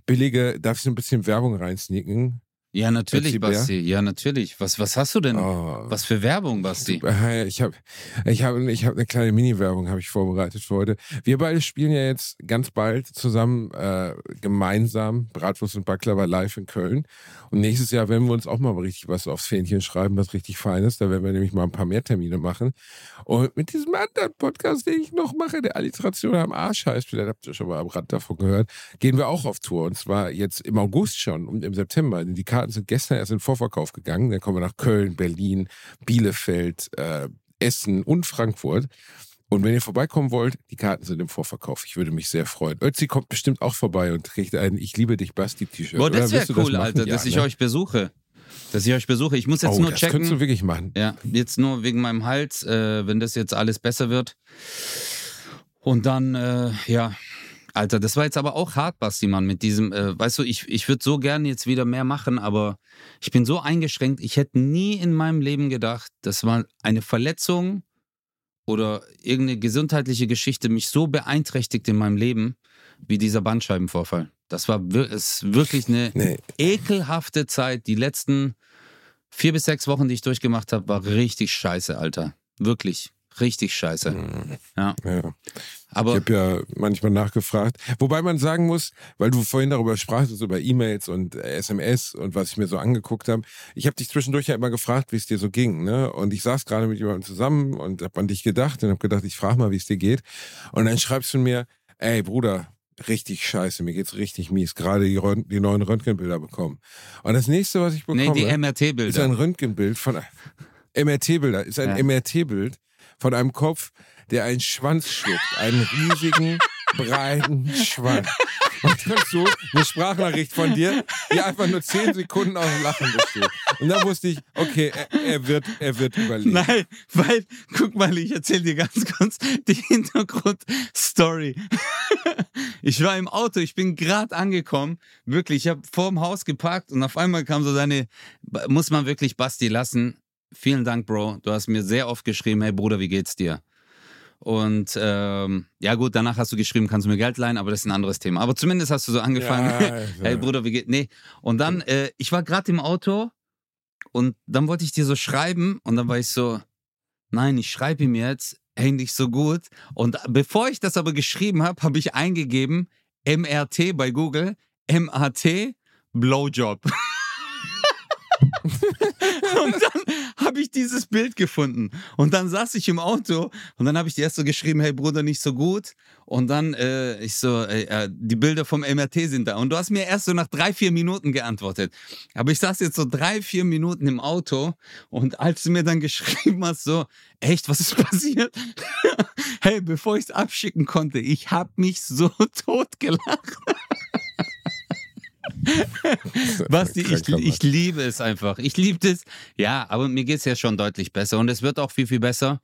Werbung reinsneaken? Ja, natürlich, Basti. Ja, natürlich. Was hast du denn? Was für Werbung, Basti? Ich hab eine kleine Mini-Werbung habe ich vorbereitet für heute. Wir beide spielen ja jetzt ganz bald zusammen gemeinsam Bratwurst und Baklava live in Köln. Und nächstes Jahr werden wir uns auch mal richtig was aufs Fähnchen schreiben, was richtig Feines. Da werden wir nämlich mal ein paar mehr Termine machen. Und mit diesem anderen Podcast, den ich noch mache, der Alliteration am Arsch heißt, vielleicht habt ihr schon mal am Rand davon gehört, gehen wir auch auf Tour. Und zwar jetzt im August schon und im September. Die Karten sind gestern erst in den Vorverkauf gegangen. Dann kommen wir nach Köln, Berlin, Bielefeld, Essen und Frankfurt. Und wenn ihr vorbeikommen wollt, die Karten sind im Vorverkauf. Ich würde mich sehr freuen. Ötzi kommt bestimmt auch vorbei und kriegt ein Ich liebe dich Basti-T-Shirt. Boah, das wäre cool, Alter, dass ich euch besuche. Ich muss jetzt nur checken. Das könntest du wirklich machen. Ja, jetzt nur wegen meinem Hals, wenn das jetzt alles besser wird. Und dann, Alter, das war jetzt aber auch hart, Basti, Mann, mit diesem, weißt du, ich würde so gerne jetzt wieder mehr machen, aber ich bin so eingeschränkt, ich hätte nie in meinem Leben gedacht, dass mal eine Verletzung oder irgendeine gesundheitliche Geschichte mich so beeinträchtigt in meinem Leben, wie dieser Bandscheibenvorfall. Das ist wirklich eine ekelhafte Zeit. Die letzten 4 bis 6 Wochen, die ich durchgemacht habe, war richtig scheiße, Alter. Wirklich. Richtig scheiße. Ja. Aber ich habe ja manchmal nachgefragt. Wobei man sagen muss, weil du vorhin darüber sprachst, über E-Mails und SMS und was ich mir so angeguckt habe. Ich habe dich zwischendurch ja immer gefragt, wie es dir so ging. Ne? Und ich saß gerade mit jemandem zusammen und habe an dich gedacht und habe gedacht, ich frage mal, wie es dir geht. Und dann schreibst du mir, ey Bruder, richtig scheiße, mir geht's richtig mies. Gerade die neuen Röntgenbilder bekommen. Und das nächste, was ich bekomme, Nee, die ist MRT-Bilder. ein Röntgenbild von MRT-Bilder, ist ein MRT-Bild von einem Kopf, der einen Schwanz schluckt. Einen riesigen, breiten Schwanz. Und dann so eine Sprachnachricht von dir, die einfach nur 10 Sekunden aus dem Lachen besteht. Und dann wusste ich, okay, er wird überleben. Nein, weil, guck mal, ich erzähle dir ganz kurz die Hintergrundstory. Ich war im Auto, ich bin gerade angekommen, wirklich, ich habe vorm Haus geparkt und auf einmal kam so muss man wirklich Basti lassen. Vielen Dank, Bro, du hast mir sehr oft geschrieben, hey Bruder, wie geht's dir? Und ja gut, danach hast du geschrieben, kannst du mir Geld leihen, aber das ist ein anderes Thema. Aber zumindest hast du so angefangen, hey Bruder, wie geht's? Nee. Und dann, ich war gerade im Auto und dann wollte ich dir so schreiben und dann war ich so, nein, ich schreibe ihm jetzt, hey, nicht so gut. Und bevor ich das aber geschrieben habe, habe ich eingegeben, MRT bei Google, MAT, Blowjob. Und dann habe ich dieses Bild gefunden. Und dann saß ich im Auto und dann habe ich dir erst so geschrieben, hey Bruder, nicht so gut. Und dann die Bilder vom MRT sind da. Und du hast mir erst so nach 3-4 Minuten geantwortet. Aber ich saß jetzt so 3-4 Minuten im Auto und als du mir dann geschrieben hast, so, echt, was ist passiert? Hey, bevor ich es abschicken konnte, ich habe mich so totgelacht. Basti, ich liebe es einfach. Ich liebe es. Ja, aber mir geht es ja schon deutlich besser. Und es wird auch viel, viel besser.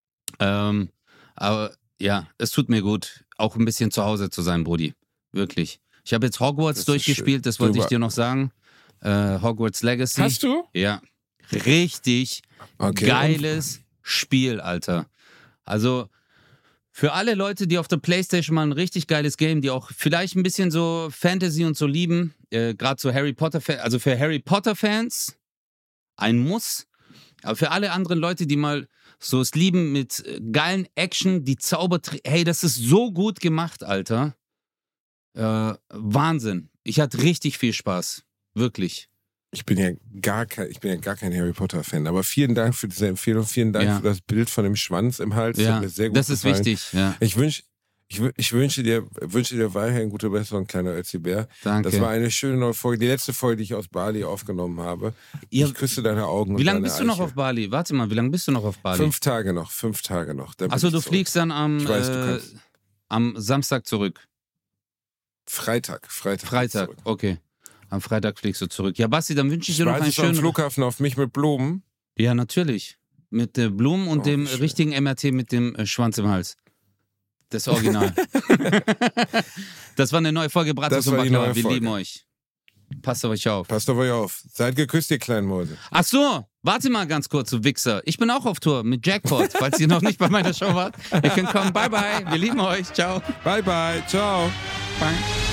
Aber ja, es tut mir gut, auch ein bisschen zu Hause zu sein, Brudi. Wirklich. Ich habe jetzt Hogwarts durchgespielt, das wollte ich dir noch sagen. Hogwarts Legacy. Hast du? Ja. Richtig geiles Spiel, Alter. Also für alle Leute, die auf der PlayStation mal ein richtig geiles Game, die auch vielleicht ein bisschen so Fantasy und so lieben, gerade so Harry Potter, also für Harry Potter-Fans ein Muss, aber für alle anderen Leute, die mal so es lieben mit geilen Action, die hey, das ist so gut gemacht, Alter. Wahnsinn. Ich hatte richtig viel Spaß. Wirklich. Ich bin ja gar kein Harry Potter-Fan, aber vielen Dank für diese Empfehlung, vielen Dank für das Bild von dem Schwanz im Hals. Ja, das hat mir sehr gut das ist gefallen. wichtig. Ja. Ich wünsche dir weiterhin gute Besserung, kleiner Ötzi-Bär. Danke. Das war eine schöne neue Folge, die letzte Folge, die ich aus Bali aufgenommen habe. Ich küsse deine Augen. Wie lange bist du noch auf Bali? Warte mal, wie lange bist du noch auf Bali? 5 Tage noch. Achso, du fliegst dann am Samstag zurück. Freitag. Zurück. Okay. Am Freitag fliegst du zurück. Ja, Basti, dann wünsche ich dir noch einen schönen... am Flughafen auf mich mit Blumen? Ja, natürlich. Mit Blumen und dem richtigen MRT mit dem Schwanz im Hals. Das Original. Das war eine neue Folge Bratwurst und Baklava. Wir lieben euch. Passt auf euch auf. Seid geküsst, ihr kleinen Mäuse. Ach so, warte mal ganz kurz, du Wichser. Ich bin auch auf Tour mit Jackpot. Falls ihr noch nicht bei meiner Show wart, ihr könnt kommen. Bye, bye. Wir lieben euch. Ciao. Bye, bye. Ciao. Bye.